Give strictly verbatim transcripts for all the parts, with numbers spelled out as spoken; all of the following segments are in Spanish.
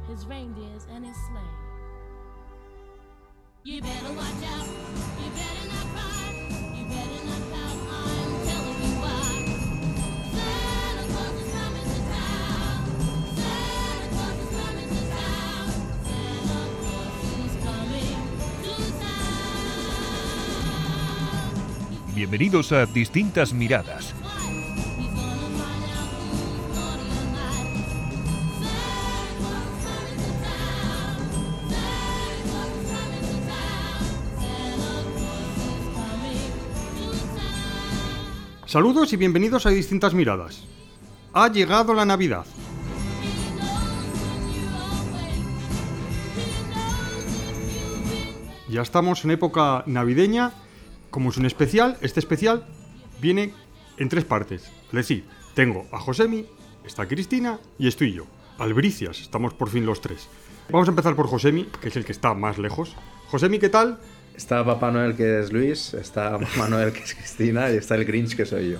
his reindeers and his sleigh. You better watch out, you better not cry, you better not pout, I'm telling you why. Santa Claus is coming to town, Santa Claus is coming to town, Santa Claus is coming to town. Bienvenidos a Distintas Miradas. Saludos y bienvenidos a Distintas Miradas. Ha llegado la Navidad. Ya estamos en época navideña. Como es un especial, este especial viene en tres partes. Es decir, tengo a Josemi, está Cristina y estoy yo. Albricias, estamos por fin los tres. Vamos a empezar por Josemi, que es el que está más lejos. Josemi, ¿qué tal? Está Papá Noel, que es Luis, está Mamá Noel, que es Cristina, y está el Grinch, que soy yo.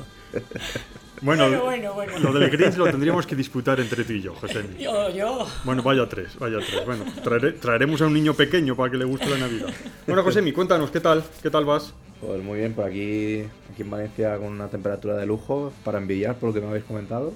Bueno, bueno, bueno, bueno. Lo del Grinch lo tendríamos que disputar entre tú y yo, Josemi. Yo, yo. Bueno, vaya tres, vaya tres. Bueno, traere, traeremos a un niño pequeño para que le guste la Navidad. Bueno, Josemi, cuéntanos, ¿qué tal? ¿Qué tal vas? Pues muy bien, por aquí, aquí en Valencia con una temperatura de lujo para envidiar, por lo que me habéis comentado.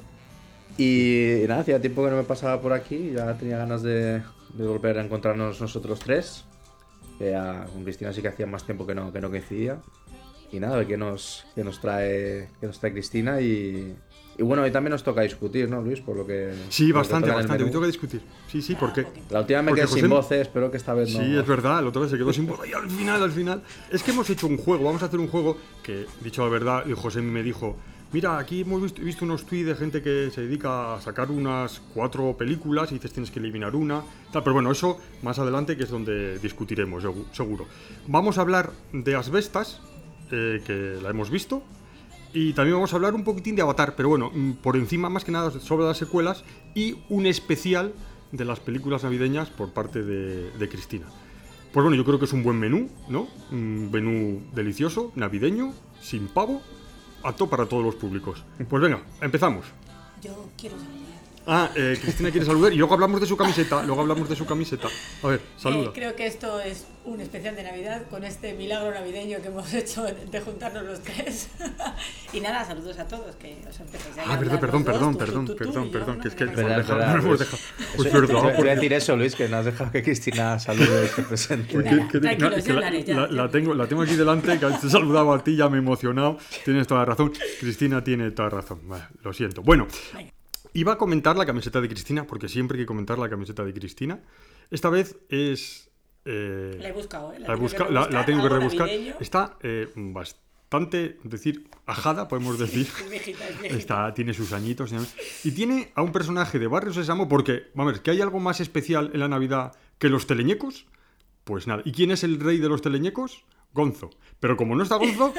Y, y nada, hacía tiempo que no me pasaba por aquí, ya tenía ganas de, de volver a encontrarnos nosotros tres. Que ya, con Cristina sí que hacía más tiempo que no, que no coincidía. Y nada, a ver qué nos, qué nos, trae, qué nos trae Cristina. Y, y bueno, hoy también nos toca discutir, ¿no, Luis? Por lo que. Sí, por bastante, lo que bastante. Hoy toca discutir. Sí, sí, porque. La última me quedé sin voces, espero que esta vez no. Sí, es verdad, la otra vez se quedó sin voz. Y al final, al final. Es que hemos hecho un juego, vamos a hacer un juego que, dicho la verdad, y José me dijo. Mira, aquí hemos visto, visto unos tweets de gente que se dedica a sacar unas cuatro películas y dices tienes que eliminar una, tal, pero bueno, eso más adelante que es donde discutiremos, seguro. Vamos a hablar de Asbestas, eh, que la hemos visto, y también vamos a hablar un poquitín de Avatar, pero bueno, por encima más que nada sobre las secuelas y un especial de las películas navideñas por parte de, de Cristina. Pues bueno, yo creo que es un buen menú, ¿no? Un menú delicioso, navideño, sin pavo, apto para todos los públicos. Pues venga, empezamos. Yo quiero saludar. Ah, eh, Cristina quiere saludar y luego hablamos de su camiseta. Luego hablamos de su camiseta. A ver, saluda. Eh, creo que esto es un especial de Navidad con este milagro navideño que hemos hecho de juntarnos los tres. Y nada, saludos a todos, que os empecéis a Ah, perdón, perdón, dos, perdón, tú, perdón, tú, tú, perdón, tú, perdón, yo, que es que no no me hemos dejas. dejado, no hemos dejado. Pues Eso, perdón. te voy a decir eso, Luis, que no has dejado que Cristina salude y se presente. Que, que, Tranquilos, que ya la, hablaré, ya, la, ya. la tengo, la tengo aquí delante, que te he saludado a ti, ya me he emocionado. Tienes toda la razón. Cristina tiene toda la razón. Vale, lo siento. Bueno. Venga. Iba a comentar la camiseta de Cristina, porque siempre hay que comentar la camiseta de Cristina. Esta vez es... Eh, La he buscado, ¿eh? La, la, tengo busca, que la, la tengo que algo rebuscar. navideño. Está eh, bastante, es decir, ajada, podemos decir. Es viejita, es viejita. Está, tiene sus añitos. Y tiene a un personaje de Barrio Sésamo, porque, vamos a ver, ¿que hay algo más especial en la Navidad que los teleñecos? Pues nada. ¿Y quién es el rey de los teleñecos? Gonzo. Pero como no está Gonzo,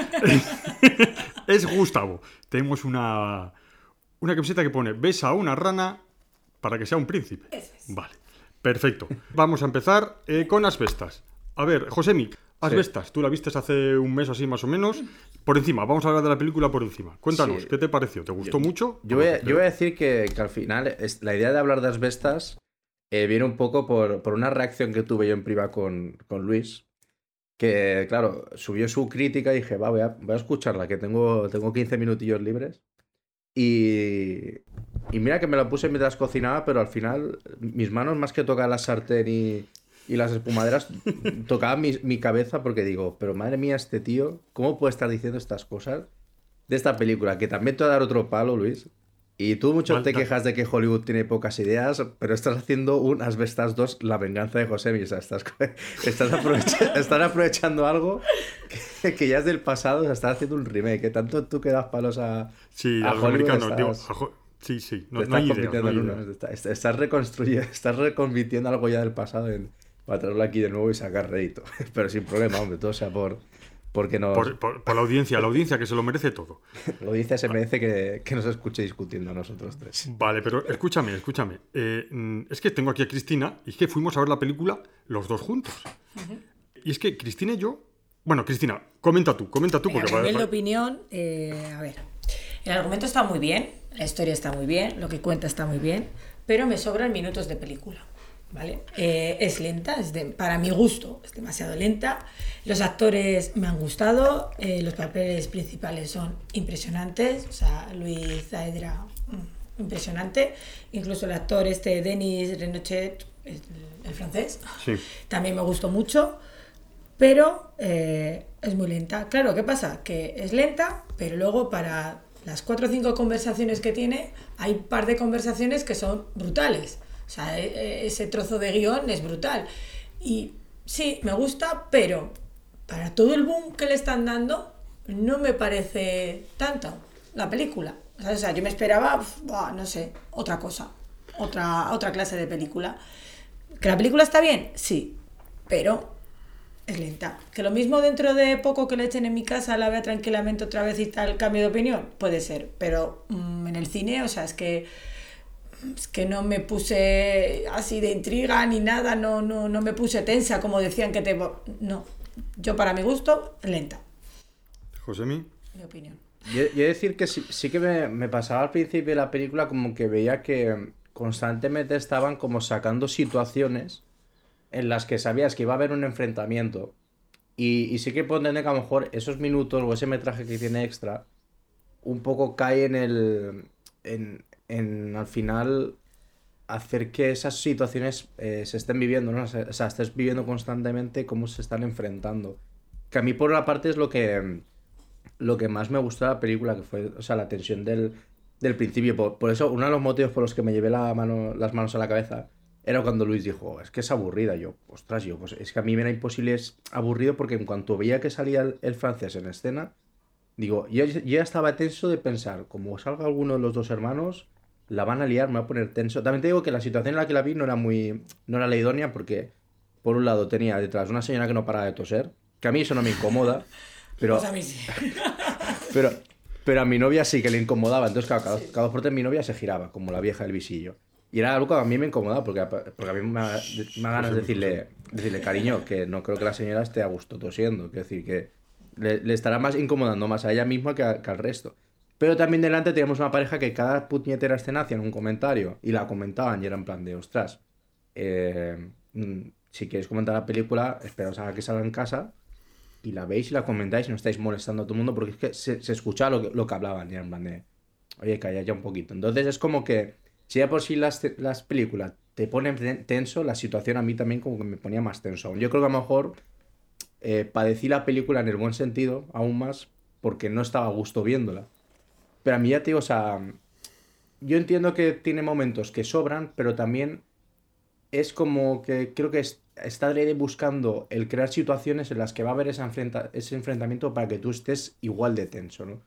es Gustavo. Tenemos una... Una camiseta que pone besa a una rana para que sea un príncipe. Eso es. Vale, perfecto. Vamos a empezar eh, con Asbestas. A ver, Josemi, Asbestas, sí. Tú la viste hace un mes así más o menos. Por encima, vamos a hablar de la película por encima. Cuéntanos, sí. ¿Qué te pareció? ¿Te gustó yo, mucho? Yo voy, a, yo voy a decir que, que al final es, la idea de hablar de Asbestas eh, viene un poco por, por una reacción que tuve yo en privado con, con Luis. Que, claro, subió su crítica y dije, va, voy a, voy a escucharla, que tengo, tengo quince minutillos libres. Y, y mira que me lo puse mientras cocinaba, pero al final mis manos más que tocar la sartén y, y las espumaderas tocaban mi, mi cabeza porque digo, pero madre mía, este tío, ¿cómo puede estar diciendo estas cosas de esta película? Que también te voy a dar otro palo, Luis. Y tú mucho te quejas de que Hollywood tiene pocas ideas, pero estás haciendo un Asbestas dos, la venganza de Josemi. O sea, estás, estás, aprovecha, estás aprovechando algo que, que ya es del pasado, o sea, estás haciendo un remake. Que tanto tú que das palos a, sí, a Hollywood. Estás, digo, a jo- sí, sí, no, te no estás hay convirtiendo idea, en no uno. hay Estás, estás reconstruyendo, estás reconvirtiendo algo ya del pasado en, para traerlo aquí de nuevo y sacar rédito. Pero sin problema, hombre, todo sea por... Porque nos... por, por, por la audiencia, la audiencia que se lo merece todo. La audiencia se merece que, que nos escuche discutiendo a nosotros tres. Vale, pero escúchame, escúchame. Eh, es que tengo aquí a Cristina y es que fuimos a ver la película los dos juntos. Uh-huh. Y es que Cristina y yo... Bueno, Cristina, comenta tú, comenta tú. Venga, porque a nivel para... de opinión, eh, a ver, el argumento está muy bien, la historia está muy bien, lo que cuenta está muy bien, pero me sobran minutos de película. ¿vale? Eh, es lenta, es de, para mi gusto, es demasiado lenta. Los actores me han gustado, eh, los papeles principales son impresionantes, o sea, Luis Zaedra, mm, impresionante. Incluso el actor este, Denis Renochet, el, el francés, Sí. también me gustó mucho, pero eh, es muy lenta. Claro, ¿qué pasa? Que es lenta, pero luego para las cuatro o cinco conversaciones que tiene, hay un par de conversaciones que son brutales. O sea, e- ese trozo de guión es brutal. Y sí, me gusta, pero para todo el boom que le están dando, no me parece tanto la película. O sea, o sea, yo me esperaba, uf, buah, no sé, otra cosa, otra, otra clase de película. ¿Que la película está bien? Sí, pero es lenta. ¿Que lo mismo dentro de poco que le echen en mi casa la vea tranquilamente otra vez y tal, cambio de opinión? Puede ser, pero mmm, en el cine, o sea, es que es que no me puse así de intriga ni nada, no, no, no me puse tensa como decían que te... No, yo para mi gusto, lenta, Josemi. mi opinión. Yo, yo he de decir que sí, sí que me, me pasaba al principio de la película como que veía que constantemente estaban como sacando situaciones en las que sabías que iba a haber un enfrentamiento. Y, y sí que puedo entender que a lo mejor esos minutos o ese metraje que tiene extra un poco cae en el... En, en al final hacer que esas situaciones eh, se estén viviendo, ¿no? O sea, estés viviendo constantemente cómo se están enfrentando. Que a mí por una parte es lo que lo que más me gustó de la película, que fue, o sea, la tensión del, del principio. Por, por eso, uno de los motivos por los que me llevé la mano, las manos a la cabeza era cuando Luis dijo, es que es aburrida. Yo, ostras, yo, pues es que a mí me era imposible, es aburrido, porque en cuanto veía que salía el, el francés en escena, digo, yo, yo ya estaba tenso de pensar, como salga alguno de los dos hermanos, la van a liar, me va a poner tenso. También te digo que la situación en la que la vi no era muy, no era la idónea, porque por un lado tenía detrás una señora que no paraba de toser, que a mí eso no me incomoda, pero, Pues a mí sí. pero, pero a mi novia sí que le incomodaba. Entonces, claro, cada, cada dos por tres mi novia se giraba, como la vieja del visillo. Y era algo que a mí me incomodaba, porque, porque a mí me da me da ganas de decirle, decirle, cariño, que no creo que la señora esté a gusto tosiendo. Quiero decir que le, le estará más incomodando más a ella misma que, a, que al resto. Pero también delante teníamos una pareja que cada puñetera escena hacían un comentario y la comentaban y era en plan de, ostras, eh, si queréis comentar la película, esperaos a que salga en casa y la veis y la comentáis y no estáis molestando a todo el mundo, porque es que se, se escuchaba lo que, lo que hablaban y era en plan de, oye, calla ya un poquito. Entonces es como que, si ya por sí las, las películas te ponen tenso, la situación a mí también como que me ponía más tenso aún. Yo creo que a lo mejor eh, padecí la película en el buen sentido, aún más, porque no estaba a gusto viéndola. Pero a mí ya te digo, o sea, yo entiendo que tiene momentos que sobran, pero también es como que creo que es, está Dredd buscando el crear situaciones en las que va a haber ese, enfrenta, ese enfrentamiento para que tú estés igual de tenso, ¿no?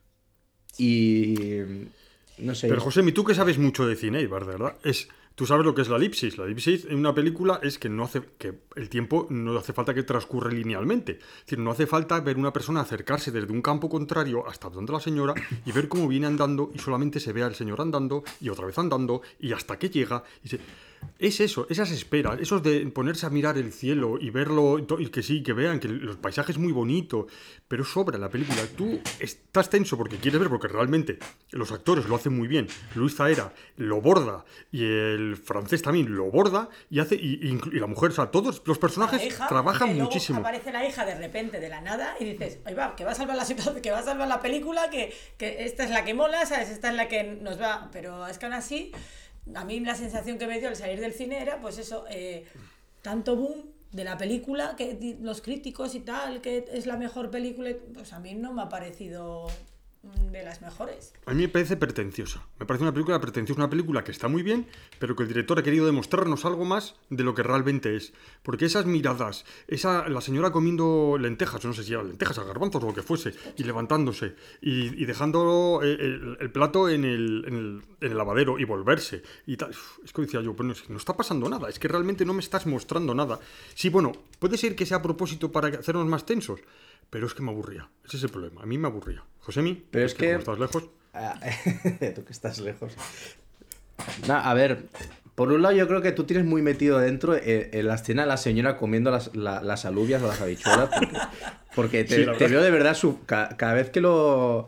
Y no sé. Pero Josemi, tú que sabes mucho de cine, Ibar, ¿verdad? Es, tú sabes lo que es la elipsis. La elipsis en una película es que no hace que el tiempo no hace falta que transcurre linealmente. Es decir, no hace falta ver una persona acercarse desde un campo contrario hasta donde la señora y ver cómo viene andando y solamente se ve al señor andando y otra vez andando y hasta que llega. Y se... Es eso, esas esperas, esos de ponerse a mirar el cielo y verlo, y que sí, que vean que los paisajes muy bonito, pero sobra la película. Tú estás tenso porque quieres ver, porque realmente los actores lo hacen muy bien. Luis Zaera lo borda y el francés también lo borda y hace y, y, y la mujer, o sea, todos los personajes La hija, trabajan que luego muchísimo. Aparece la hija de repente de la nada y dices, ahí va, que va a salvar la situación, que va a salvar la película, que, que esta es la que mola, ¿sabes? Esta es la que nos va, pero es que aún así, a mí la sensación que me dio al salir del cine era, pues eso, eh, tanto boom de la película, que los críticos y tal, que es la mejor película, pues a mí no me ha parecido de las mejores. A mí me parece pretenciosa. Me parece una película pretenciosa, una película que está muy bien, pero que el director ha querido demostrarnos algo más de lo que realmente es. Porque esas miradas, esa la señora comiendo lentejas, no sé si eran lentejas, garbanzos o lo que fuese, y levantándose, y, y dejando el, el, el plato en el, en, el, en el lavadero y volverse, y tal. Es que decía yo, pero no, es que no está pasando nada, es que realmente no me estás mostrando nada. Sí, bueno, puede ser que sea a propósito para hacernos más tensos, pero es que me aburría. Ese es el problema. A mí me aburría. Josemi, pero es que... que estás lejos. Tú que estás lejos. Nah, a ver, por un lado yo creo que tú tienes muy metido dentro en, en la escena de la señora comiendo las, la, las alubias o las habichuelas. Porque, porque te, sí, te veo de verdad, su, ca, cada vez que lo...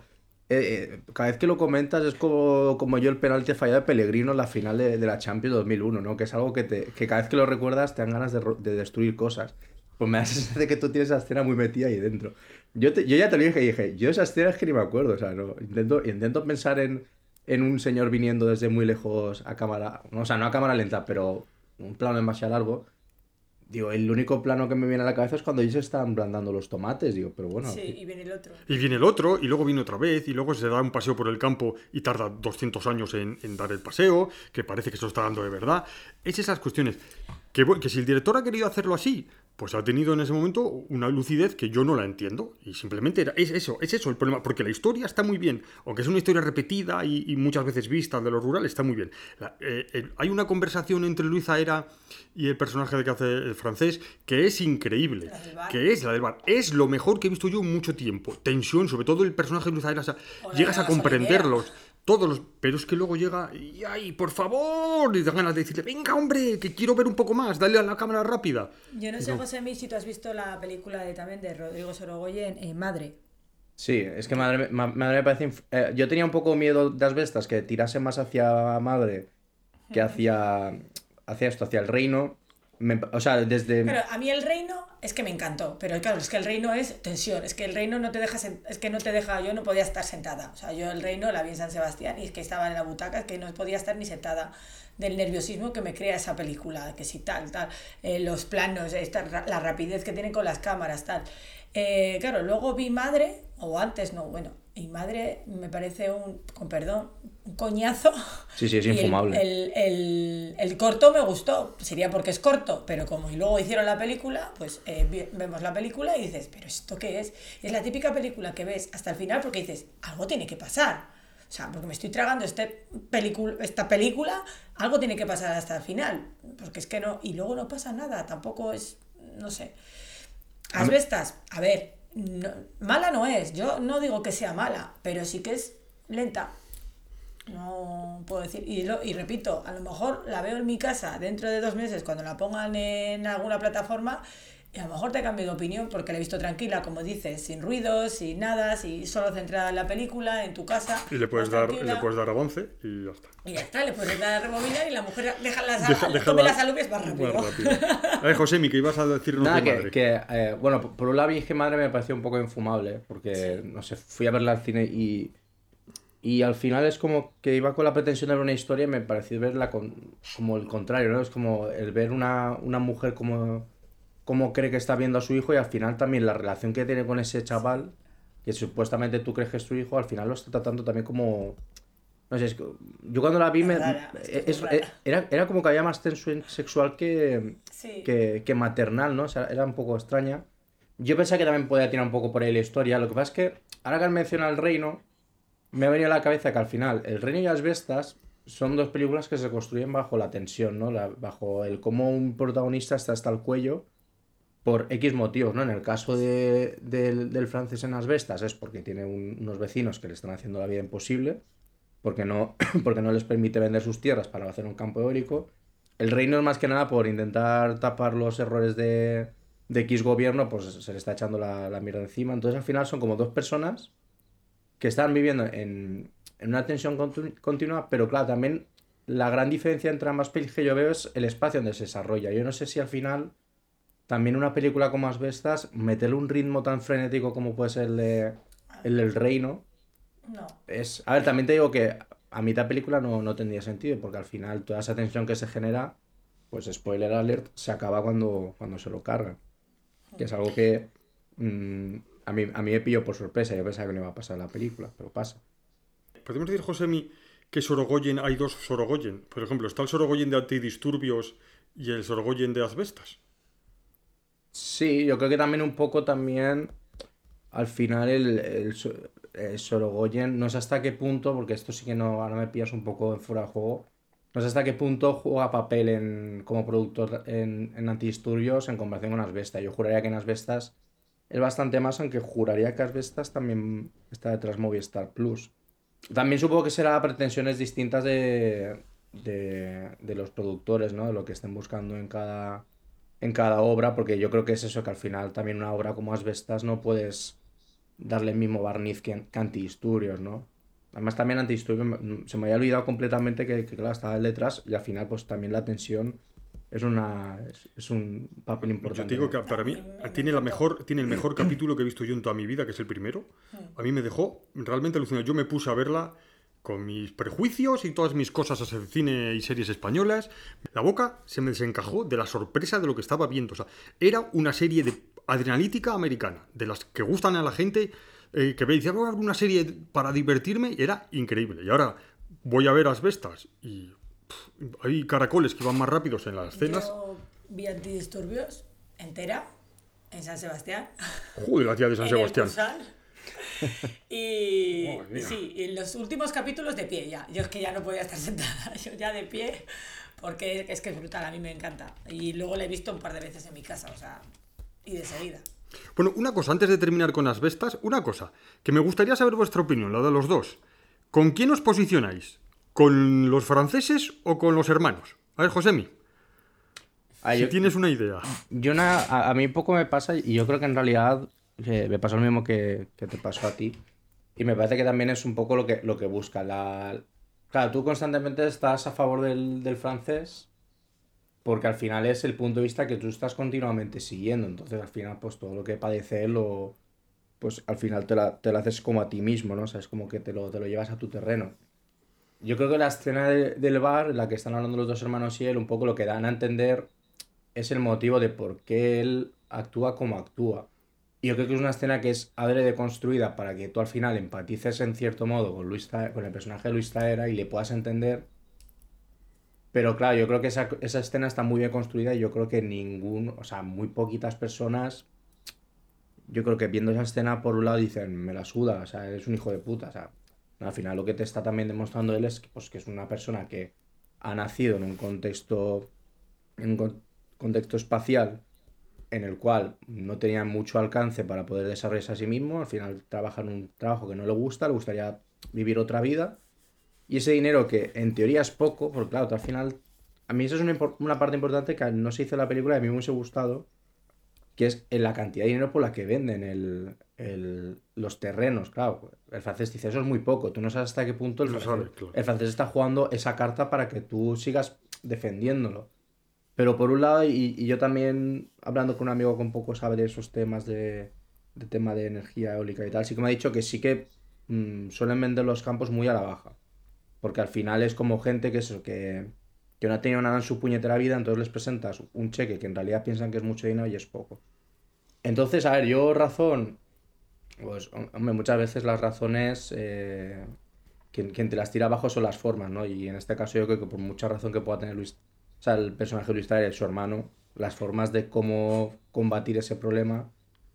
eh, cada vez que lo comentas es como, como yo el penalti fallado de Pellegrino en la final de, de la Champions dos mil uno, ¿no? Que es algo que, te, que cada vez que lo recuerdas te dan ganas de, ro- de destruir cosas. Pues me da la sensación de que tú tienes esa escena muy metida ahí dentro. Yo, te- yo ya te lo dije y dije, yo esa escena es que ni me acuerdo, o sea, no, intento, intento pensar en, en un señor viniendo desde muy lejos a cámara, no, o sea, no a cámara lenta, pero un plano demasiado largo. Digo, el único plano que me viene a la cabeza es cuando ellos están blandando los tomates, digo, pero bueno, Sí, y viene el otro. Y viene el otro, y luego viene otra vez, y luego se da un paseo por el campo y tarda doscientos años en, en dar el paseo, que parece que se lo está dando de verdad. Es esas cuestiones. Que, bueno, que si el director ha querido hacerlo así, pues ha tenido en ese momento una lucidez que yo no la entiendo. Y simplemente era, es eso, es eso el problema. Porque la historia está muy bien, aunque es una historia repetida y, y muchas veces vista de lo rural, está muy bien. La- eh, el- hay una conversación entre Luis Aera y el personaje de que hace el francés que es increíble. La del bar. Que es la del bar. Es lo mejor que he visto yo en mucho tiempo. Tensión, sobre todo el personaje de Luis Aera. O sea, O la llegas de a la comprenderlos. Todos los, pero es que luego llega y ay, por favor, y te dan ganas de decirle, venga hombre, que quiero ver un poco más, dale a la cámara rápida. Yo no sé, No. José Mí, si tú has visto la película de, también de Rodrigo Sorogoyen, eh, Madre. sí, es que madre, ma- madre me parece... inf- eh, yo tenía un poco miedo de Asbestas que tirase más hacia madre que hacia, hacia esto, hacia el reino. Me- o sea, desde... Claro, a mí el reino es que me encantó, pero claro, es que el reino es tensión, es que el reino no te deja, sen- es que no te deja, yo no podía estar sentada, o sea, yo el reino la vi en San Sebastián y es que estaba en la butaca, es que no podía estar ni sentada del nerviosismo que me crea esa película, que si tal, tal, eh, los planos, esta, ra- la rapidez que tienen con las cámaras, tal. Eh, claro, luego vi Madre, o antes no, bueno, y Madre me parece un, con perdón, un coñazo. Sí, sí, es Y el- infumable. El, el- el corto me gustó, sería porque es corto, pero como y luego hicieron la película, pues eh, vi- vemos la película y dices, ¿pero esto qué es? Es la típica película que ves hasta el final porque dices, algo tiene que pasar. O sea, porque me estoy tragando este pelicul- esta película, algo tiene que pasar hasta el final. Porque es que no, y luego no pasa nada, tampoco es, no sé. Asbestas, a ver, no- mala no es, yo no digo que sea mala, pero sí que es lenta. No puedo decir, y, lo, y repito, a lo mejor la veo en mi casa dentro de dos meses cuando la pongan en alguna plataforma y a lo mejor te cambio de opinión porque la he visto tranquila, como dices, sin ruidos, sin nada, si solo centrada en la película, en tu casa. Y le puedes, más dar, y tranquila. le puedes dar avance y ya está. Y ya está, le puedes dar a rebobinar y la mujer deja las, Deja- al- deja come la- las alubias más rápido. Más rápido. A ver, Josemi, que ibas a decirnos Nada, de que, madre. que, eh, bueno, por por un lado, Virgen Madre me pareció un poco infumable, porque, Sí. no sé, fui a verla al cine y, y al final es como que iba con la pretensión de ver una historia y me pareció verla con, como el contrario, ¿no? Es como el ver una, una mujer como, como cree que está viendo a su hijo y al final también la relación que tiene con ese chaval, que supuestamente tú crees que es tu hijo, al final lo está tratando también como... No sé, es que yo cuando la vi me, Rara, es que es es- muy rara. era, era como que había más tensión sexual que, Sí. que, que maternal, ¿no? O sea, era un poco extraña. Yo pensaba que también podía tirar un poco por ahí la historia. Lo que pasa es que, ahora que has mencionado el reino, me ha venido a la cabeza que al final, El Reino y Asbestas son dos películas que se construyen bajo la tensión, ¿no? La- bajo el cómo un protagonista está hasta el cuello por X motivos, ¿no? En el caso de- del, del francés en Asbestas es porque tiene un- unos vecinos que le están haciendo la vida imposible, porque no, porque no les permite vender sus tierras para hacer un campo eólico. El reino es más que nada por intentar tapar los errores de, de X gobierno, pues se le está echando la, la mierda encima. Entonces al final son como dos personas que están viviendo en, en una tensión continu- continua, pero claro, también la gran diferencia entre ambas pelis que yo veo es el espacio donde se desarrolla. Yo no sé si al final también una película como Asbestas, meterle un ritmo tan frenético como puede ser el, de, el del reino, No. es... A ver, también te digo que a mitad película no, no tendría sentido, porque al final toda esa tensión que se genera, pues spoiler alert, se acaba cuando, cuando se lo cargan. Que es algo que mm, a, mí, a mí me pilló por sorpresa. Yo pensaba que no iba a pasar en la película, pero pasa. Podemos decir, Josemi, que Sorogoyen, hay dos Sorogoyen. Por ejemplo, está el Sorogoyen de antidisturbios y el Sorogoyen de Asbestas. Sí, yo creo que también un poco también al final el, el, So- el Sorogoyen, no sé hasta qué punto, porque esto sí que no, ahora me pillas un poco en fuera de juego, no sé hasta qué punto juega papel en, como productor en, en antidisturbios en comparación con Asbestas. Yo juraría que en Asbestas es bastante más, aunque juraría que Asbestas también está detrás Movistar Plus. También supongo que será pretensiones distintas de, de, de los productores, ¿no? De lo que estén buscando en cada, en cada obra, porque yo creo que es eso, que al final también una obra como Asbestas no puedes darle el mismo barniz que, que Antidisturbios, ¿no? Además también Antidisturbios se me había olvidado completamente que, que claro, estaba él detrás y al final pues también la tensión es una es, es un papel Yo importante. te digo que para mí tiene, la mejor, tiene el mejor capítulo que he visto yo en toda mi vida, que es el primero. A mí me dejó realmente alucinado. Yo me puse a verla con mis prejuicios y todas mis cosas hacia el cine y series españolas. La boca se me desencajó de la sorpresa de lo que estaba viendo. O sea, era una serie de adrenalítica americana, de las que gustan a la gente, eh, que ve y dice, voy a ver una serie para divertirme, y era increíble. Y ahora voy a ver Asbestas y pff, hay caracoles que van más rápidos en las escenas. Yo vi Antidisturbios entera en San Sebastián. Joder, la tía de San en el Sebastián. Cursal. Y, Madre y mía. sí, y los últimos capítulos de pie ya. Yo es que ya no podía estar sentada, yo ya de pie, porque es que es brutal, a mí me encanta. Y luego la he visto un par de veces en mi casa, o sea, y de seguida. Bueno, una cosa, antes de terminar con Asbestas, una cosa, que me gustaría saber vuestra opinión, la de los dos. ¿Con quién os posicionáis? ¿Con los franceses o con los hermanos? A ver, Josemi, Ah, si yo, tienes una idea. yo na- a, a mí poco me pasa y yo creo que en realidad eh, me pasó lo mismo que, que te pasó a ti. Y me parece que también es un poco lo que, lo que busca. La... Claro, tú constantemente estás a favor del, del francés porque al final es el punto de vista que tú estás continuamente siguiendo. Entonces al final pues todo lo que padece él lo, pues al final te, la, te lo haces como a ti mismo, ¿no? O sea, es como que te lo, te lo llevas a tu terreno. Yo creo que la escena de- del bar, en la que están hablando los dos hermanos y él, un poco lo que dan a entender es el motivo de por qué él actúa como actúa. Y yo creo que es una escena que es adrede construida para que tú al final empatices en cierto modo con Luis Ta- con el personaje de Luis Taera y le puedas entender. Pero claro, yo creo que esa, esa escena está muy bien construida y yo creo que ningún, o sea, muy poquitas personas, yo creo que viendo esa escena por un lado dicen, me la suda, o sea, eres un hijo de puta, o sea, al final lo que te está también demostrando él es que, pues, que es una persona que ha nacido en un contexto, en un con- contexto espacial en el cual no tenía mucho alcance para poder desarrollarse a sí mismo, al final trabaja en un trabajo que no le gusta, le gustaría vivir otra vida, y ese dinero que en teoría es poco, porque claro, tú al final, a mí eso es una, impor- una parte importante que no se hizo en la película y a mí me hubiese gustado, que es en la cantidad de dinero por la que venden el, el- los terrenos, claro. El francés dice, eso es muy poco, tú no sabes hasta qué punto el, No francés, sabe, claro. el francés está jugando esa carta para que tú sigas defendiéndolo. Pero por un lado, y, y yo también, hablando con un amigo que un poco sabe de esos temas de, de tema de energía eólica y tal, sí que me ha dicho que sí que mm, suelen vender los campos muy a la baja. Porque al final es como gente que eso, que, que no ha tenido nada en su puñetera vida, entonces les presentas un cheque que en realidad piensan que es mucho dinero y es poco. Entonces, a ver, yo razón, pues hombre, muchas veces las razones, eh, quien, quien te las tira abajo son las formas, ¿no? Y en este caso yo creo que por mucha razón que pueda tener Luis, o sea, el personaje de Luis Taer, su hermano, las formas de cómo combatir ese problema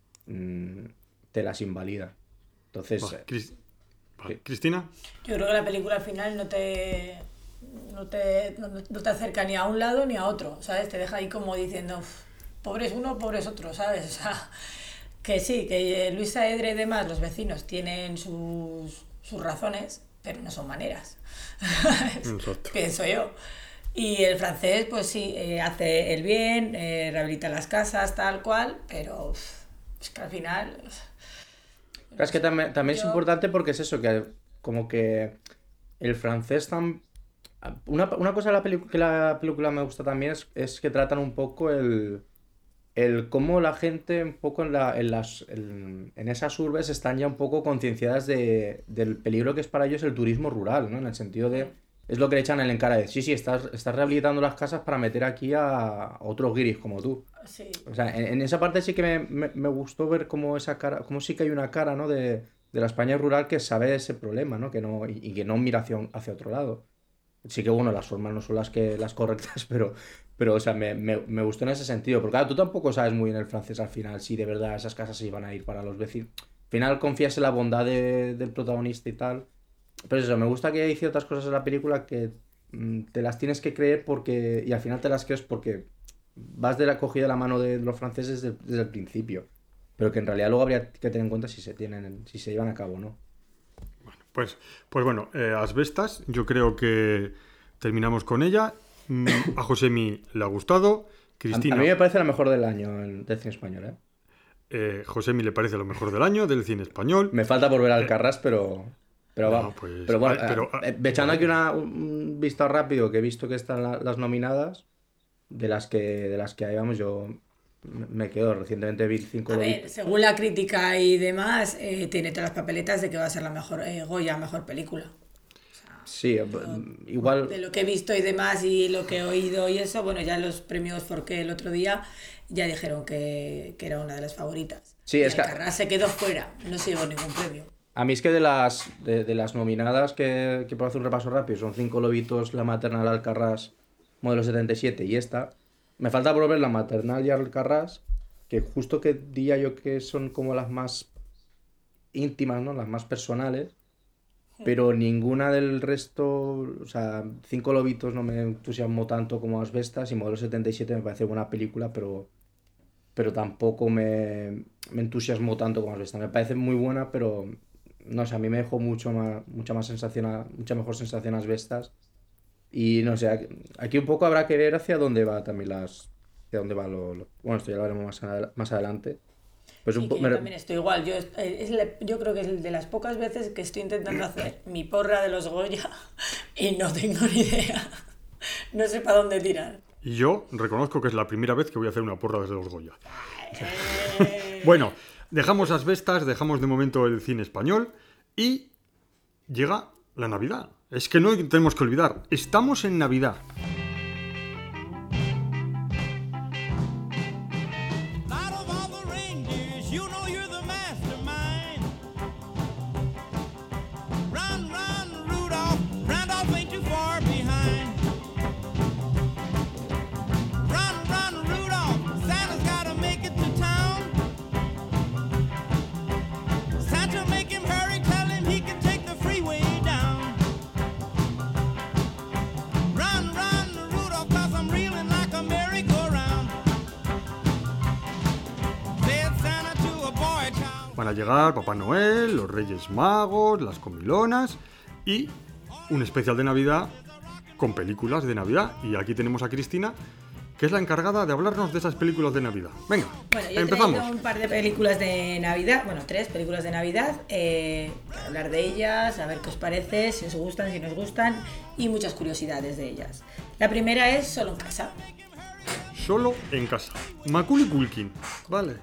mm, te las invalida. Entonces, Vale, eh, Cris- vale, sí. Cristina. Yo creo que la película al final no te, no te, no, no te acerca ni a un lado ni a otro, ¿sabes? Te deja ahí como diciendo, "Uf, pobre es uno, pobre es otro", ¿sabes? O sea, que sí, que Luis Saedre y demás, los vecinos, tienen sus, sus razones, pero no son maneras. Exacto. Pienso yo. Y el francés, pues sí, eh, hace el bien, eh, rehabilita las casas, tal cual, pero uf, es que al final... uf, Claro, es que también, también es Yo- importante porque es eso, que como que el francés tan... Una, una cosa de la película que la película me gusta también es, es que tratan un poco el, el cómo la gente un poco en, la, en, las, en, en esas urbes están ya un poco concienciadas de, del peligro que es para ellos el turismo rural, ¿no? En el sentido de... Es lo que le echan en el cara de, sí, sí, estás, estás rehabilitando las casas para meter aquí a, a otros guiris como tú. Sí, O sea, en, en esa parte sí que me, me, me gustó ver cómo esa cara, cómo sí que hay una cara, ¿no? De, de la España rural que sabe ese problema, ¿no? Que no, y, y que no mira hacia, un- hacia otro lado. Sí que, bueno, las formas no son las que las correctas, pero, pero o sea, me, me, me gustó en ese sentido. Porque claro, tú tampoco sabes muy bien el francés al final si de verdad esas casas se iban a ir para los vecinos. Al final confías en la bondad de- del protagonista y tal. Pero eso, me gusta que hay ciertas cosas en la película que mm, te las tienes que creer porque... Y al final te las crees porque vas de la cogida de la mano de los franceses desde, desde el principio. Pero que en realidad luego habría que tener en cuenta si se tienen, si se llevan a cabo o no. Pues, pues bueno, eh, Asbestas, yo creo que terminamos con ella. Mm, A Josemi le ha gustado. A, Cristina, a mí me parece la mejor del año en- del cine español, ¿eh? Eh, Josemi le parece lo mejor del año, del cine español. Me falta por ver Alcarrás, pero... Pero, No, va, pues, pero bueno, ah, pero, eh, eh, echando aquí una, un vistazo rápido, que he visto que están la- las nominadas, de las que de las que ahí vamos, yo me me quedo. Recientemente vi cinco A lobitos. ver, según la crítica y demás, eh, tiene todas las papeletas de que va a ser la mejor eh, Goya, mejor película. Sí, eh, igual... De lo que he visto y demás y lo que he oído y eso, bueno, ya los premios Forqué el otro día ya dijeron que, que era una de las favoritas. Sí, Y es que- Alcarrás se quedó fuera, no se llevó ningún premio. A mí es que de las, de, de las nominadas, que, que por hacer un repaso rápido, son Cinco lobitos, La maternal, Alcarrás, Modelo setenta y siete y esta. Me falta por ver La maternal y Alcarrás, que justo que diría yo que son como las más íntimas, ¿no? Las más personales. Pero ninguna del resto, o sea, Cinco lobitos no me entusiasmó tanto como Asbestas y Modelo setenta y siete me parece buena película, pero, pero tampoco me, me entusiasmó tanto como Asbestas. Me parece muy buena, pero no sé, a mí me dejó mucho más, mucha más sensación, a- mucha mejor sensación Asbestas. Y no sé, aquí- aquí un poco habrá que ver hacia dónde va también las, hacia dónde va lo, lo- bueno, esto ya lo veremos más, adel- más adelante. Pues Sí, un po- que yo me- también estoy igual. Yo, es- es la- yo creo que es de las pocas veces que estoy intentando hacer mi porra de los Goya y no tengo ni idea. No sé para dónde tirar. Y yo reconozco que es la primera vez que voy a hacer una porra desde los Goya. Eh, Bueno, dejamos Asbestas, dejamos de momento el cine español y llega la Navidad. Es que no tenemos que olvidar, estamos en Navidad. Out of all the reindeers, you know you're the mastermind. Run, run, Rudolph. Randolph ain't too far behind. Run, run, Rudolph. Santa's gotta make it to town. Santa, make him hurry. Tell him he can take the freeway down. Run, run, Rudolph, 'cause I'm reeling like a merry-go-round. Said Santa to a boy child. Van a llegar Papá Noel, los Reyes Magos, las comilonas y un especial de Navidad con películas de Navidad. Y aquí tenemos a Cristina, que es la encargada de hablarnos de esas películas de Navidad. Venga, Bueno, yo he empezamos. traído un par de películas de Navidad, bueno, tres películas de Navidad, eh, para hablar de ellas, a ver qué os parece, si os gustan, si nos gustan, y muchas curiosidades de ellas. La primera es Solo en casa. Solo en casa. Macaulay Culkin. Vale.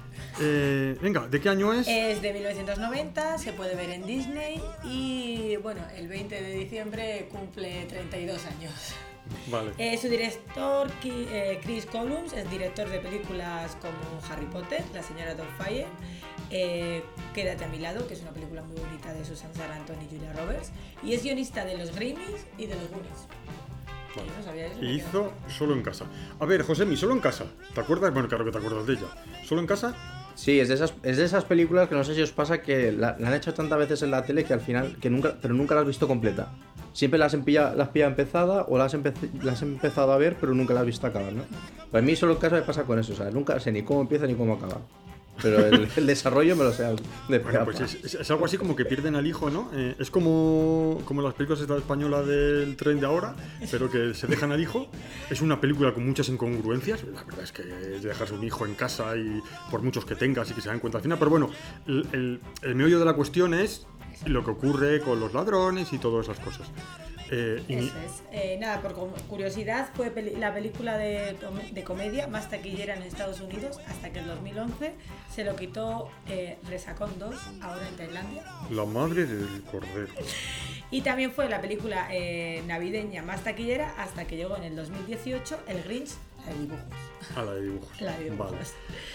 Eh, venga, ¿de qué año es? Es de mil novecientos noventa, se puede ver en Disney y, bueno, el veinte de diciembre cumple treinta y dos años. Vale. Eh, su director, Ki- eh, Chris Columbus, es director de películas como Harry Potter, La señora Doubtfire, eh, Quédate a mi lado, que es una película muy bonita de Susan Sarandon y Julia Roberts, y es guionista de los Grammys y de los Goonies. Yo no sabía eso, me Y quedo. hizo Solo en casa. A ver, Josemi, Solo en casa. ¿Te acuerdas? Bueno, claro que te acuerdas de ella. Solo en casa. Sí, es de esas, es de esas películas que no sé si os pasa que la, la han hecho tantas veces en la tele que al final, que nunca, pero nunca la has visto completa. Siempre las has pillado, las pillado empezada o las has, empe- las has empezado a ver, pero nunca las has visto acabar, ¿no? Para mí solo en casa me pasa con eso, o sea, nunca sé ni cómo empieza ni cómo acaba. Pero el, el desarrollo me lo sé de Bueno, pe a pues pa. es, es- es algo así como que pierden al hijo, ¿no? Eh, es como, como las películas esta española del tren de ahora, pero que se dejan al hijo. Es una película con muchas incongruencias. La verdad es que dejas un hijo en casa y por muchos que tengas y que se dan cuenta al final. Pero bueno, el, el, el meollo de la cuestión es lo que ocurre con los ladrones y todas esas cosas. Eh, y Eso es. Eh, nada, por com- curiosidad, fue peli- la película de, com- de comedia más taquillera en Estados Unidos hasta que en dos mil once se lo quitó eh, Resacón dos, ahora en Tailandia. la madre del cordero. Y también fue la película eh, navideña más taquillera hasta que llegó en el dos mil dieciocho El Grinch, la de dibujos. A la de dibujos. La de dibujos. Vale.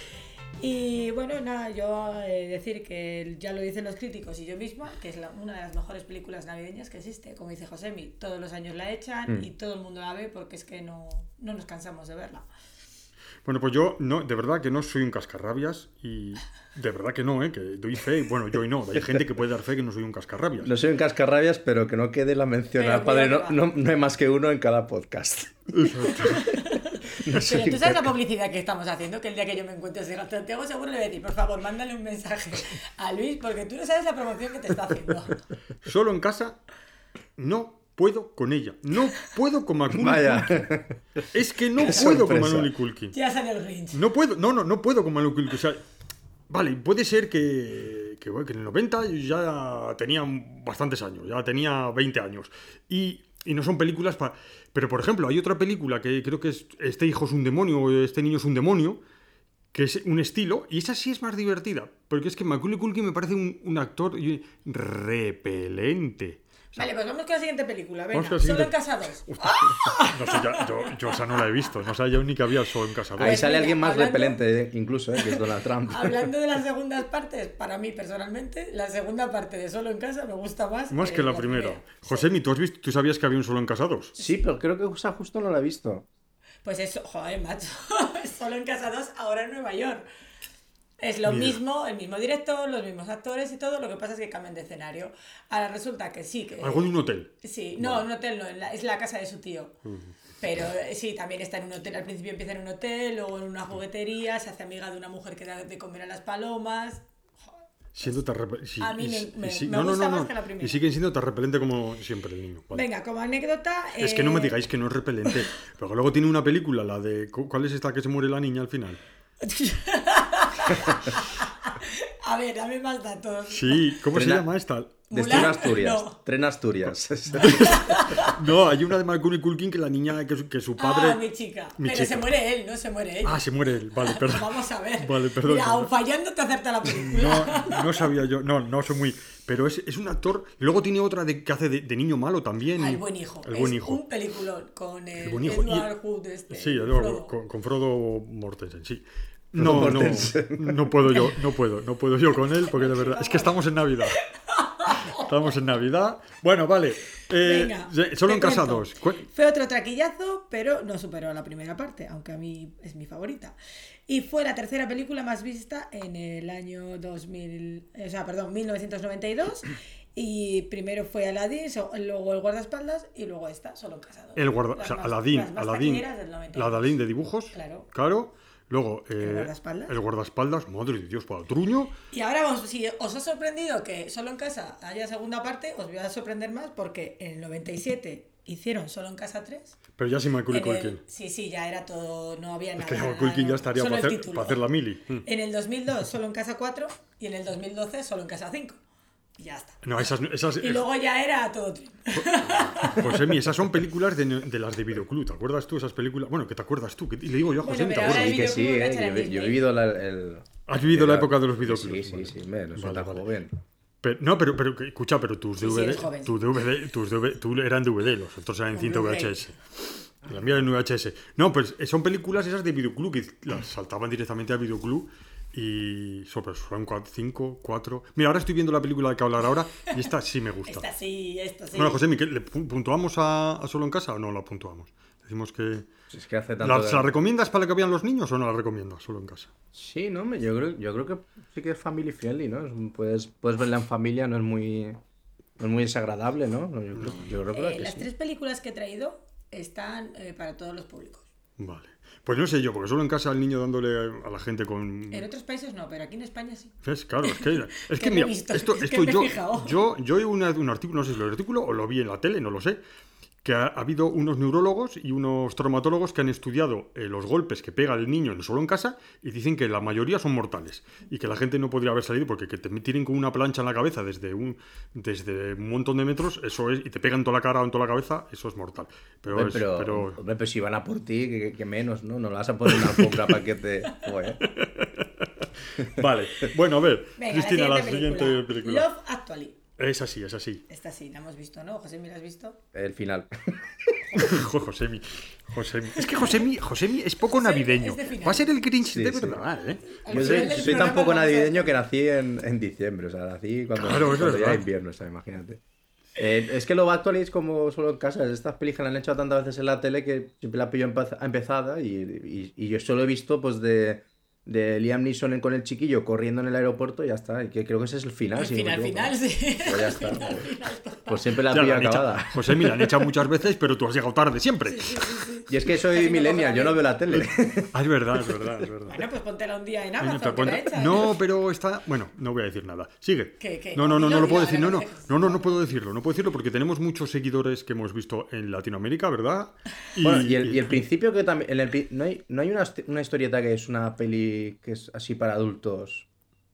Y bueno, nada, yo eh, decir que ya lo dicen los críticos y yo misma, que es la- una de las mejores películas navideñas que existe. Como dice Josemi, todos los años la echan Mm. y todo el mundo la ve porque es que no, no nos cansamos de verla. Bueno, pues yo no, de verdad que no soy un cascarrabias y de verdad que no, ¿eh? Que doy fe, bueno, yo y no, hay gente que puede dar fe que no soy un cascarrabias. No soy un cascarrabias, pero que no quede la mención Pero al padre. cuidado que No, va. no, no hay más que uno en cada podcast. No soy Pero tú un sabes la ca- publicidad que estamos haciendo, que el día que yo me encuentre en Santiago seguro le voy a decir, por favor, mándale un mensaje a Luis porque tú no sabes la promoción que te está haciendo. Solo en casa no puedo con ella, no puedo con Macaulay Vaya. Culkin. Es que no Qué puedo con sorpresa. Macaulay Culkin. Ya salió el Grinch. No puedo, no, no, no puedo con Macaulay Culkin. O sea, vale, puede ser que, que, bueno, que en el noventa yo ya tenía bastantes años, ya tenía veinte años. Y, y no son películas para... Pero, por ejemplo, hay otra película que creo que es Este hijo es un demonio, o Este niño es un demonio, que es un estilo, y esa sí es más divertida, porque es que Macaulay Culkin me parece un, un actor repelente. O sea, Vale, pues vamos con la siguiente película. Vamos Venga, con la Solo siguiente. en Casa dos. no sé, ya, yo, yo esa no la he visto, no sabía yo ni que había Solo en Casa dos. Ahí Pues sale mira, alguien más hablando- repelente, eh, incluso, eh, que es Donald Trump. Hablando de las segundas partes, para mí personalmente, la segunda parte de Solo en Casa me gusta más. Más que la primera. Sí. Josemi, ¿tú has visto, tú sabías que había un Solo en Casa dos? Sí, pero creo que esa justo no la he visto. Pues eso, joder, macho. Solo en Casa dos, ahora en Nueva York. Es lo Mira. mismo, el mismo director, los mismos actores y todo, lo que pasa es que cambian de escenario. Ahora resulta que sí, que... Algo de un hotel. Sí, no, un hotel no, en la- es la casa de su tío. Pero eh, sí, también está en un hotel, al principio empieza en un hotel, luego en una juguetería, se hace amiga de una mujer que da de comer a las palomas. Siendo tan repelente. Sí, A mí y- me- y me- sí- me no, no, gusta no, más no. que la primera. Y siguen siendo tan repelente como siempre el niño. Vale. Venga, como anécdota... Es que no me eh, digáis que no es repelente. Pero luego tiene una película, la de. ¿Cuál es esta que se muere la niña al final? A ver, dame más datos. Sí, ¿cómo se Trena- llama esta? Destino Mulan, Asturias. no. Tren Asturias. No, hay una de Macaulay Culkin que la niña, que su, que su padre. Ah, mi chica. Mi Pero chica. se muere él, no se muere ella. Ah, se muere él. Vale, perdón. Vamos a ver. Vale, perdón. Mira, aun fallando te acerta la película. No, no sabía yo. No, no soy muy. Pero es, es un actor. Luego tiene otra de, que hace de, de niño malo también. Ah, El buen hijo. El es buen hijo. un peliculón con el, El buen hijo. Y- Edward Hood este. Sí, el luego Frodo. con, con Frodo Mortensen, sí. Frodo No, no, Mortensen. no puedo yo, no puedo, no puedo yo con él porque de verdad, es que estamos en Navidad. Estamos en Navidad. Bueno, vale. Eh, Venga, ya- solo te en Casa cuento. dos. Cu- Fue otro traquillazo, pero no superó la primera parte, aunque a mí es mi favorita. Y fue la tercera película más vista en el año dos mil, o sea, perdón, mil novecientos noventa y dos. Y primero fue Aladdin, so- luego El guardaespaldas y luego esta, Solo en Casa dos. El guarda, o Las sea, más- Aladdin, las más Aladdin, taquilleras del noventa y la dos. Aladdin de dibujos. Claro. Claro. Luego, eh, guardaespaldas? el guardaespaldas, madre de Dios, para truño. Y ahora vamos, si os ha sorprendido que Solo en Casa haya segunda parte, os voy a sorprender más porque en el noventa y siete hicieron Solo en Casa tres. Pero ya sin Macaulay En el- Culkin. sí, sí, ya era todo, no había Es nada. que nada, Macaulay Culkin no, ya estaría solo para el hacer, título. para hacer la mili. Mm. En el dos mil dos Solo en Casa cuatro y en el dos mil doce Solo en Casa cinco. Y ya está. No, esas, esas, Y luego ya era todo tren. Josemi, esas son películas de, de las de Videoclub. ¿Te acuerdas tú esas películas? Bueno, ¿qué te acuerdas tú? Y le digo yo a Bueno, Josemi, ¿te pero ahora acuerdas? el Sí, que sí, videoclub eh. hecho en Yo, he- yo he Disney. vivido la, el... Has vivido la el- época de los videoclubs. Sí, sí, sí, Vale. me, no soy Vale, tan vale. joven. Pero- no, pero, pero que- escucha, pero tus Sí, sí, D V D, eres joven. tus D V D, tus D V D, tú eran D V D, los otros eran en Con cinta Blu-ray. V H S. La mía era en V H S. No, pues eh, son películas esas de Videoclub que las saltaban directamente a Videoclub y sobre son cinco, cuatro. Mira, ahora estoy viendo la película de que hablar ahora y esta sí me gusta. Esta sí, esta sí. Bueno, José, ¿le pu- puntuamos a, a Solo en Casa o no la puntuamos? Decimos que... Es que hace tanto... ¿La, de- ¿Se la recomiendas para que vean los niños o no la recomiendas Solo en Casa? Sí, no, me- yo creo, yo creo que sí que es family friendly, ¿no? Es un- puedes, puedes verla en familia, no es muy, no es muy desagradable, ¿no? No, Yo creo, yo creo que, Eh, que las sí. tres películas que he traído están eh, para todos los públicos. Vale. Pues no sé yo, porque Solo en Casa el niño dándole a la gente con... En otros países no, pero aquí en España sí. ¿Ves? Claro, es que, es Que que me mira, he visto, esto, es que esto me he yo, fijado. yo, yo oí una- un artículo, no sé si lo el artículo o lo vi en la tele, no lo sé, que ha, ha habido unos neurólogos y unos traumatólogos que han estudiado eh, los golpes que pega el niño en Solo en Casa y dicen que la mayoría son mortales y que la gente no podría haber salido porque que te tiren con una plancha en la cabeza desde un, desde un montón de metros, eso es, y te pegan toda la cara o en toda la cabeza, eso es mortal. Pero, Hombre, es- pero, pero- hombre, pero si van a por ti, que, que menos, ¿no? No le vas a poner una alfombra para que te... Joder. Vale, bueno, a ver, Venga, Cristina, la la siguiente, siguiente película. película. Love Actually. Es así, es así. Esta sí, la hemos visto, ¿no? José, ¿me la has visto? El final. Jo, Josemi, Josemi. Es que Josemi, Josemi es poco Josemi navideño. es de final. Va a ser el Grinch Sí, de sí. verdad, ¿eh? Al Yo final soy, del soy programa tan poco vamos a- navideño que nací en, en diciembre, o sea, nací cuando, Claro, es cuando ya verdad. era invierno, o sea, imagínate. Eh, es que Love Actually es como Solo en Casa, es estas pelis que la han hecho tantas veces en la tele que siempre la pillo empe- empezada y, y, y yo solo he visto pues de, de Liam Neeson con el chiquillo corriendo en el aeropuerto y ya está, y que creo que ese es el final. Al si no me final, equivoco. final, sí. Pues ya está. Final, final, total. Pues siempre la Ya pillo la han acabada. echado- Josemi la han echado muchas veces, pero tú has llegado tarde siempre. Y es que soy Casi no millennial, cojo yo no la veo la tele. Ah, es verdad, es verdad, es verdad. Bueno, pues póntela un día en Ay, no, Amazon, te que la acuerdas- echan. no, pero está. Bueno, no voy a decir nada. Sigue. ¿Qué, qué? No, no, no, Dilo, no lo puedo dilo, decir. No, no, ahora que- no, no, no puedo decirlo. No puedo decirlo porque tenemos muchos seguidores que hemos visto en Latinoamérica, ¿verdad? Bueno, y el, y el principio que también... en el pri- no hay, no hay una, una historieta que es una peli que es así para adultos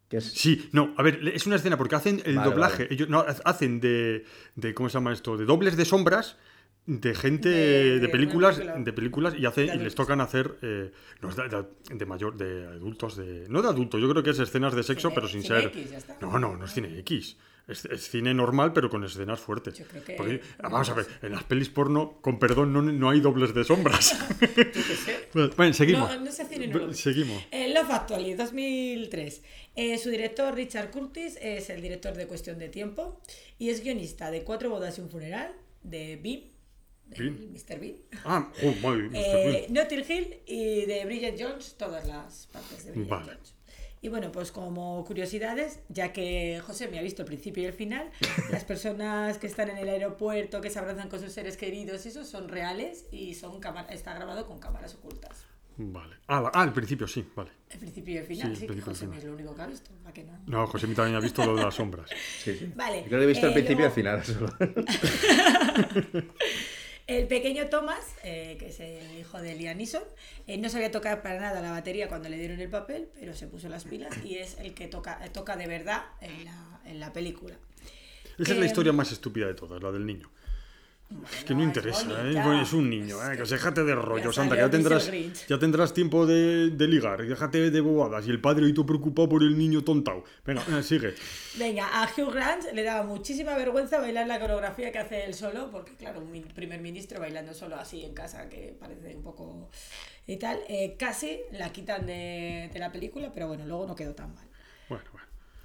Que es... Sí, no, a ver, es una escena porque hacen el Vale, doblaje, vale. ellos no, hacen de, de, ¿cómo se llama esto? De dobles de sombras de gente De- de, de películas, una película. de películas y hacen De y les adultos. tocan hacer eh, no, de, de- de mayor, de adultos, de no de adultos, yo creo que es escenas de sexo, Cine- pero sin cine ser. X, ya está. No, no, no es cine X. Es, es cine normal, pero con escenas fuertes. Yo creo que- Porque, vamos a ver, en las pelis porno, con perdón, no, no hay dobles de sombras. Bueno, seguimos. No, no sé cine, no lo veo. Seguimos. Eh, Love Actually, dos mil tres. Eh, su director, Richard Curtis, es el director de Cuestión de Tiempo y es guionista de Cuatro bodas y un funeral, de Bean, de Bean. mister Bean, Ah, oh, madre, eh, Notting Hill y de Bridget Jones, todas las partes de Bridget Vale. Jones. Y bueno, pues como curiosidades, ya que José me ha visto el principio y el final, las personas que están en el aeropuerto, que se abrazan con sus seres queridos, esos son reales y son cámara- está grabado con cámaras ocultas. Vale. Ah, la- ah, al principio sí, vale. El principio y el final, Sí, sí, el que principio y el José final. es lo único que ha visto, ¿para qué no? No, José también ha visto lo de las sombras. Sí, sí. Vale, Yo creo que he visto el eh, principio y el luego- final. Solo. El pequeño Thomas, eh, que es el hijo de Liam Neeson, eh, no sabía tocar para nada la batería cuando le dieron el papel, pero se puso las pilas y es el que toca, eh, toca de verdad en la, en la película. Esa es la Eh, historia más estúpida de todas, la del niño. Es que no, es interesa, ¿eh? bonita. Bueno, es un niño, ¿eh? Es Que que- déjate de rollos, Ya anda, que ya salió tendrás, Mister Grinch. ya tendrás tiempo de, de ligar, y déjate de bobadas. Y el padre y tú preocupado por el niño tontao. Venga, eh, sigue. Venga, a Hugh Grant le daba muchísima vergüenza bailar la coreografía que hace él solo, porque claro, un mi- primer ministro bailando solo así en casa, que parece un poco y tal, eh, casi la quitan de, de la película, pero bueno, luego no quedó tan mal. Bueno, bueno.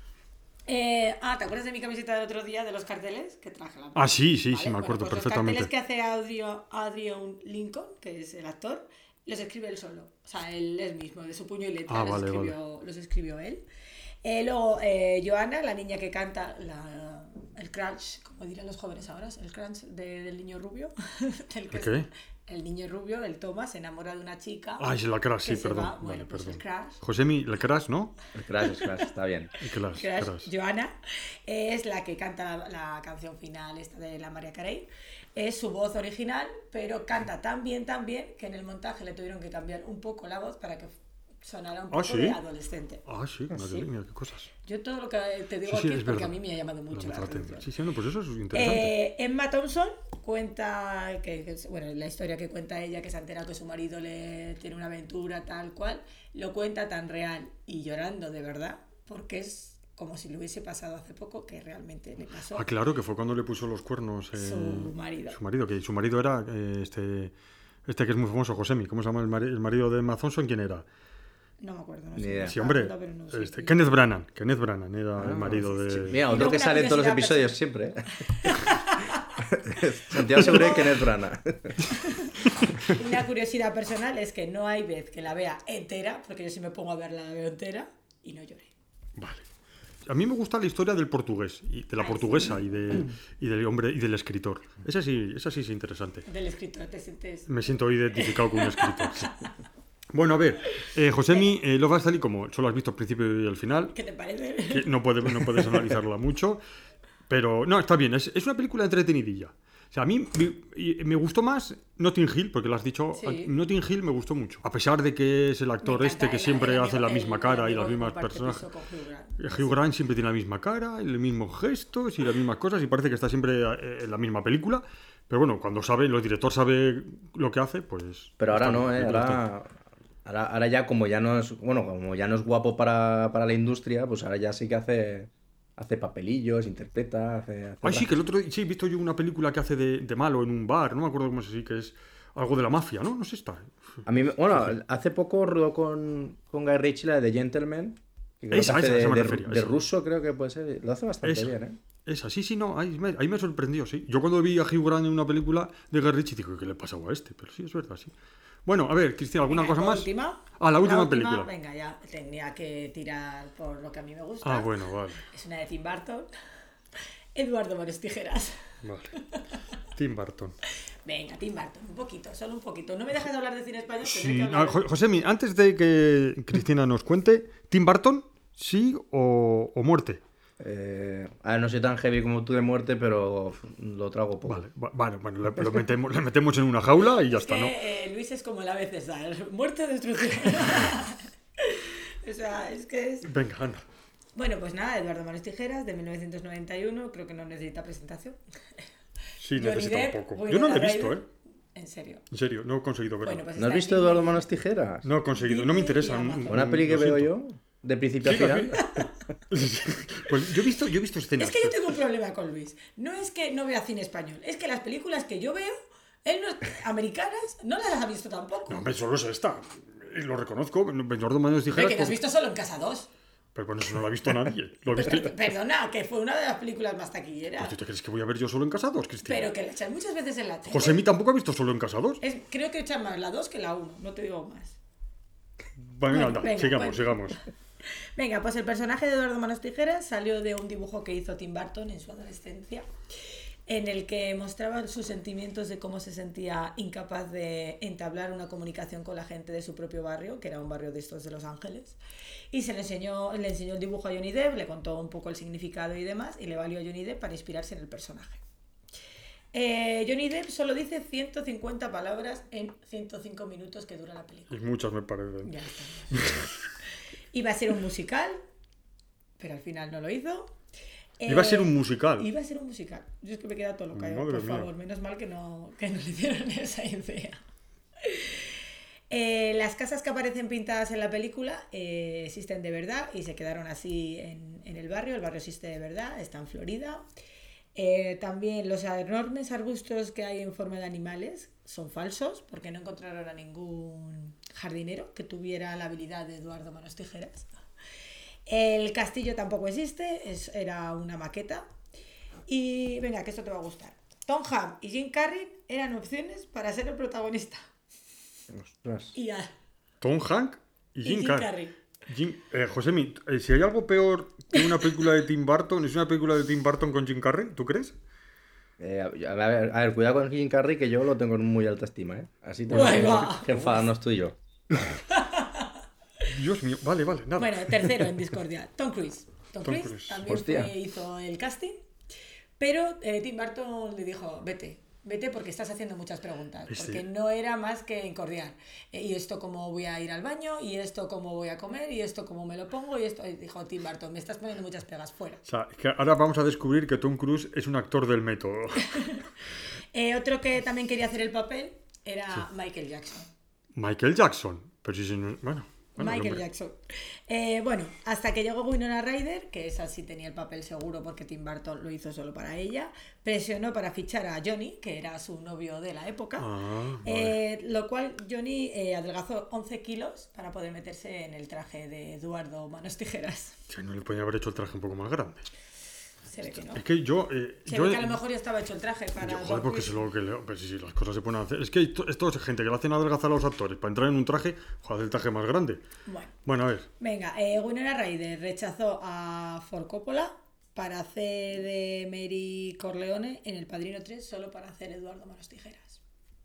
Eh, ah, ¿te acuerdas de mi camiseta del otro día de los carteles que traje? La Ah, sí, sí, Vale, sí, me bueno, acuerdo pues perfectamente. Los carteles que hace Adrian, Adrian Lincoln, que es el actor, los escribe él solo. O sea, él es mismo, de su puño y letra, Ah, los, vale, escribió, los escribió él. Eh, luego, eh, Joanna, la niña que canta la, el crunch, como dirán los jóvenes ahora, el crunch de- del niño rubio. del que ¿El qué? es- El niño rubio, el Thomas, se enamora de una chica. Ah, es la crash, que sí, se perdón. va- Vale, bueno, pues perdón. el crash. Josemi, la crash, ¿no? El Crash, el Crash, está bien. El crash, Crash, crash. Joanna, eh, es la que canta la, la canción final esta de la María Carey. Es su voz original, pero canta tan bien, tan bien, que en el montaje le tuvieron que cambiar un poco la voz para que sonara un poco ¿sí? de adolescente. Ah, sí, madre Sí. mía, qué cosas. Yo todo lo que te digo Sí, sí, aquí es es porque verdad. a mí me ha llamado mucho la La atención. atención. Sí, sí, no, pues eso es interesante. Eh, Emma Thompson cuenta que, que es- bueno, la historia que cuenta ella, que se ha enterado que su marido le tiene una aventura tal cual, lo cuenta tan real y llorando de verdad, porque es como si le hubiese pasado hace poco, que realmente le pasó. Ah, claro, que fue cuando le puso los cuernos eh, Su marido. Su marido, que su marido era eh, este, este que es muy famoso, Josemi. ¿Cómo se llama el, mari- el marido de Emma Thompson? ¿Quién era? No me acuerdo, no Ni sé. idea. me Sí, hombre. acuerdo, pero no sé. Este, Kenneth Branagh. Kenneth Branagh era el Ah, marido de... Mira, Y otro luego que una sale en todos los curiosidad episodios siempre. ¿eh? Santiago Segura y Kenneth Branagh. Una curiosidad personal es que no hay vez que la vea entera, porque yo si me pongo a verla la veo entera y no lloré. Vale. A mí me gusta la historia del portugués, y de la Ay, portuguesa y, de, y del hombre y del escritor. Esa sí, esa sí es interesante. Del escritor, te sientes... Me siento identificado con un escritor. sí. Bueno, a ver, eh, Josemi, eh, Love Actually, como solo has visto al principio y al final, ¿Qué te parece? que no, puede- no puedes analizarla mucho, pero no, está bien, es, es una película entretenidilla. O sea, a mí me, y me gustó más Notting Hill, porque lo has dicho, Sí. Notting Hill me gustó mucho. A pesar de que es el actor Me este encanta que el- siempre el hace amigo- la misma el cara y amigo las que mismas comparte personajes. piso con Hugh Grant. Eh, Hugh Grant siempre tiene la misma cara, y los mismos gestos y las mismas cosas y parece que está siempre eh, en la misma película. Pero bueno, cuando sabe, el director sabe lo que hace, pues... Pero ahora está no, bien, ¿eh? está bien. Ahora, ahora, ahora ya como ya no es, bueno, como ya no es guapo para, para la industria, pues ahora ya sí que hace, hace papelillos, interpreta, hace... hace Ay, sí, trajes. que el otro día sí he visto yo una película que hace de, de malo en un bar, no me acuerdo cómo se dice, que es algo de la mafia, ¿no? No sé, está. A mí, me- bueno, hace poco rodó con, con Guy Ritchie la de Gentleman. Que creo Esa, que hace esa, de, esa me de- refería, de esa. ruso creo que puede ser. Lo hace bastante Esa. bien, ¿eh? Esa, sí, sí, no, ahí me, ahí me sorprendió, sí. Yo cuando vi a Hugh Grant en una película de Guy Ritchie digo, ¿qué le pasaba a este? Pero sí, es verdad, sí. Bueno, a ver, Cristina, ¿alguna Venga, cosa ¿la más? última? Ah, la última película. Venga, ya tenía que tirar por lo que a mí me gusta. Ah, bueno, vale. Es una de Tim Burton. Eduardo Manos Tijeras. Vale. Tim Burton. Venga, Tim Burton, un poquito, solo un poquito. No me dejas hablar de cine español. Sí, tendré que ah, hablar- Jo- Josemi, antes de que Cristina nos cuente, ¿Tim Burton sí o, o muerte? Eh, a ver, no soy tan heavy como tú de muerte, pero uf, lo trago poco. Vale, va- vale, bueno, le, lo metemos, le metemos en una jaula y ya Es está, que ¿no? eh, Luis es como el ave César, muerte o destrucción. O sea, es que es... Venga, anda. Bueno, pues nada, Eduardo Manos Tijeras, de mil novecientos noventa y uno, creo que no necesita presentación. Sí, Johnny necesita Depp, un poco. Winona Yo no lo he visto, Ryder. ¿eh? En serio. En serio, no he conseguido verlo. Bueno, pues ¿No has está visto en Eduardo Disney. Manos Tijeras? No he conseguido, no me interesa. Disney y n- Amazon. Una peli que lo veo siento. yo, de principio a Sí, la final. vi. Pues yo he visto, yo he visto escenas. Es que yo tengo un problema con Luis. No es que no vea cine español, es que las películas que yo veo, él no, americanas, no las ha visto tampoco. No, hombre, solo es esta. Y lo reconozco. Eduardo Manos Hombre, Tijeras. que lo has por- visto solo en Casa dos. Pero bueno, eso no lo ha visto nadie. Lo he visto. Per- Perdona, que fue una de las películas más taquilleras. Pues, ¿tú te crees que voy a ver yo solo en Casados, Cristina? Pero que la echan muchas veces en la tele. Josemi tampoco ha visto solo en Casados. Es, creo que echan más la dos que la uno, no te digo más. Bueno, Bueno, anda, venga, sigamos, bueno. sigamos. Venga, pues el personaje de Eduardo Manos Tijeras salió de un dibujo que hizo Tim Burton en su adolescencia, en el que mostraba sus sentimientos de cómo se sentía incapaz de entablar una comunicación con la gente de su propio barrio, que era un barrio de estos de Los Ángeles. Y se le enseñó, le enseñó el dibujo a Johnny Depp, le contó un poco el significado y demás, y le valió a Johnny Depp para inspirarse en el personaje. Eh, Johnny Depp solo dice ciento cincuenta palabras en ciento cinco minutos que dura la película. Y muchas me parecen. Ya está. Iba a ser un musical, pero al final no lo hizo. Iba a ser Eh, un musical. Iba a ser un musical. Yo es que me queda todo loca, ¿eh? Madre Por mía. favor, menos mal que no, que no le dieron esa idea. Eh, las casas que aparecen pintadas en la película eh, existen de verdad y se quedaron así en, en el barrio. El barrio existe de verdad, está en Florida. Eh, también los enormes arbustos que hay en forma de animales son falsos porque no encontraron a ningún jardinero que tuviera la habilidad de Eduardo Manos Tijeras. El castillo tampoco existe, es, era una maqueta. Y venga, que esto te va a gustar. Tom Hanks y Jim Carrey eran opciones para ser el protagonista. Ostras. Y ya. Tom Hanks y Y Jim, Jim Carrey. Carrey. Jim, eh, Josemi, eh, si hay algo peor que una película de Tim Burton, ¿es una película de Tim Burton con Jim Carrey? ¿Tú crees? Eh, a, a ver, a ver, cuidado con Jim Carrey, que yo lo tengo en muy alta estima, ¿eh? Así tenemos Ahí va. que enfadarnos tú y yo. Dios mío, vale, vale, nada. Bueno, tercero en discordia, Tom Cruise. Tom, Tom Cruise, Cruise. también Hostia. fue- hizo el casting, pero eh, Tim Burton le dijo, vete, vete porque estás haciendo muchas preguntas, Sí. porque no era más que incordiar. Eh, y esto cómo voy a ir al baño, y esto cómo voy a comer, y esto cómo me lo pongo, y esto... Y dijo Tim Burton, me estás poniendo muchas pegas, fuera. O sea, es que ahora vamos a descubrir que Tom Cruise es un actor del método. Eh, otro que también quería hacer el papel era Michael Jackson. Michael Jackson. Pero si, si no- bueno. bueno, el Michael hombre. Jackson. Eh, bueno, hasta que llegó Winona Ryder, que esa sí tenía el papel seguro porque Tim Burton lo hizo solo para ella, presionó para fichar a Johnny, que era su novio de la época, Ah, vale. eh, lo cual Johnny eh, adelgazó once kilos para poder meterse en el traje de Eduardo Manos Tijeras. Si no le podía haber hecho el traje un poco más grande. Se ve que no. Es que yo. Eh, Se yo ve que a lo mejor ya estaba hecho el traje para... yo, joder, Tom porque Cruise. se lo que le- pero sí, sí, las cosas se pueden hacer. Es que esto, esto es gente que le hacen adelgazar a los actores para entrar en un traje, joder, hacer el traje más grande. Bueno. Bueno, a ver. Venga, eh, Winona Ryder rechazó a Ford Coppola para hacer de Mary Corleone en El Padrino tres solo para hacer Eduardo Manos Tijeras.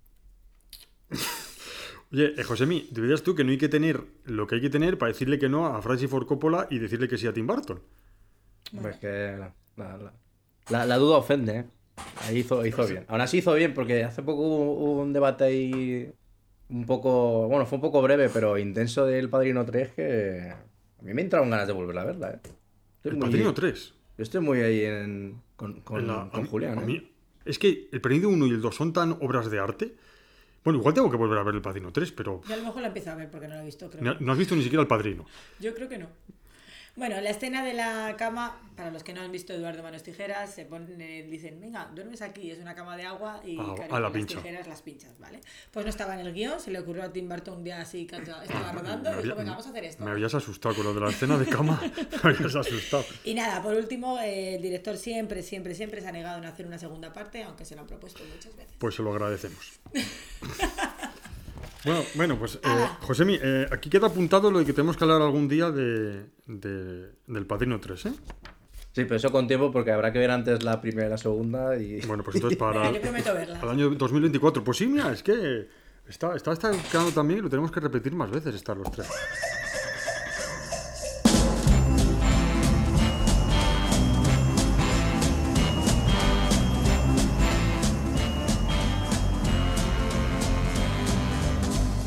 Oye, eh, Josemi, deberías tú que no hay que tener lo que hay que tener para decirle que no a Francis Ford Coppola y decirle que sí a Tim Burton. Hombre, es que la, la- la- la- la duda ofende, ¿eh? Ahí hizo, hizo bien. Aún así hizo bien, porque hace poco hubo, hubo un debate ahí un poco... Bueno, fue un poco breve, pero intenso del Padrino tres que... A mí me entraron ganas de volver a verla, ¿eh? Estoy El muy- Padrino tres. Yo estoy muy ahí en, con, con, En la- con a mí- Julián, a ¿eh? mí- es que el Padrino uno y el dos son tan obras de arte. Bueno, igual tengo que volver a ver el Padrino tres, pero Yo a lo mejor la empiezo a ver porque no la he visto, creo. no no has visto ni siquiera el Padrino. Yo creo que no. Bueno, la escena de la cama, para los que no han visto Eduardo Manos Tijeras, se ponen, eh, dicen, venga, duermes aquí, es una cama de agua y Ah, cariño, a la las pincha. tijeras las pinchas, ¿vale? Pues no estaba en el guión, se le ocurrió a Tim Burton un día así que estaba rodando Me y dijo, había- venga, vamos a hacer esto. Me habías asustado con lo de la escena de cama. Me habías asustado. Y nada, por último, eh, el director siempre, siempre, siempre se ha negado en hacer una segunda parte, aunque se lo han propuesto muchas veces. Pues se lo agradecemos. Bueno, bueno, pues eh, Ala. Josemi, eh, aquí queda apuntado lo de que tenemos que hablar algún día de, de- del Padrino tres, ¿eh? Sí, pero eso con tiempo porque habrá que ver antes la primera y la segunda y... Bueno, pues entonces para Venga, yo prometo verla. al año dos mil veinticuatro. Pues sí, mira, es que está, está, está quedando también y lo tenemos que repetir más veces, estar los tres.